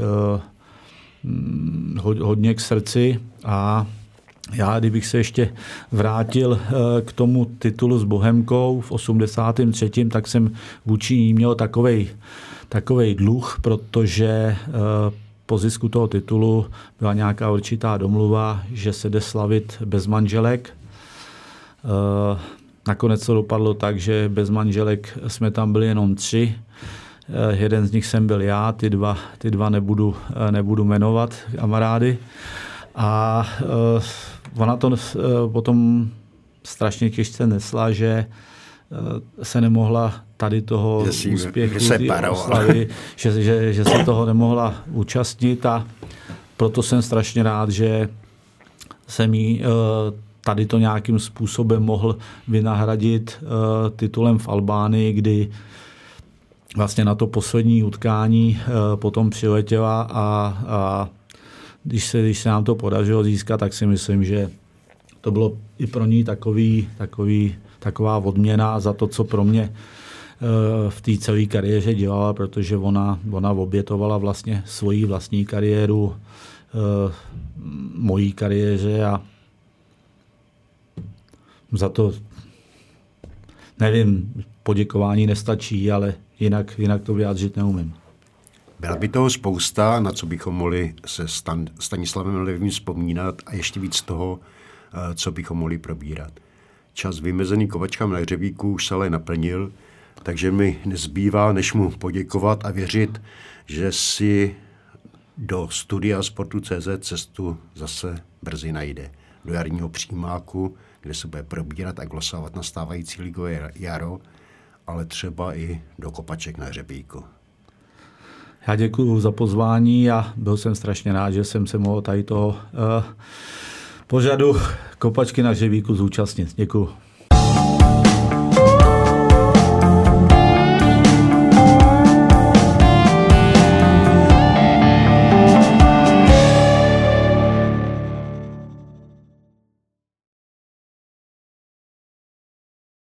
hodně k srdci. A já, kdybych se ještě vrátil k tomu titulu s Bohemkou v 83., tak jsem vůči ní měl takovej dluh, protože po zisku toho titulu byla nějaká určitá domluva, že se jde slavit bez manželek. Nakonec to dopadlo tak, že bez manželek jsme tam byli jenom 3. Jeden z nich jsem byl já, ty dva nebudu jmenovat, kamarády. A ona to potom strašně těžce nesla, že se nemohla tady toho úspěchu oslavy, že se toho nemohla účastnit, a proto jsem strašně rád, že jsem jí tady to nějakým způsobem mohl vynahradit titulem v Albánii, kdy vlastně na to poslední utkání potom přiletěla a když se nám to podařilo získat, tak si myslím, že to bylo i pro ní taková odměna za to, co pro mě v té celé kariéře dělala, protože ona obětovala vlastně svoji vlastní kariéru mojí kariéře a za to, nevím, poděkování nestačí, ale jinak to vyjádřit neumím. Byla by toho spousta, na co bychom mohli se Stanislavem Levým vzpomínat, a ještě víc toho, co bychom mohli probírat. Čas vymezený Kovačkám na hřebíku už se ale naplnil, takže mi nezbývá, než mu poděkovat a věřit, že si do studia Sportu.cz cestu zase brzy najde. Do jarního přijímáku, kde se bude probírat a glosovat na stávající ligové jaro, ale třeba i do kopaček na hřebíku. Já děkuji za pozvání a byl jsem strašně rád, že jsem se mohl tady toho pořadu Kopačky na hřebíku zúčastnit. Děkuju.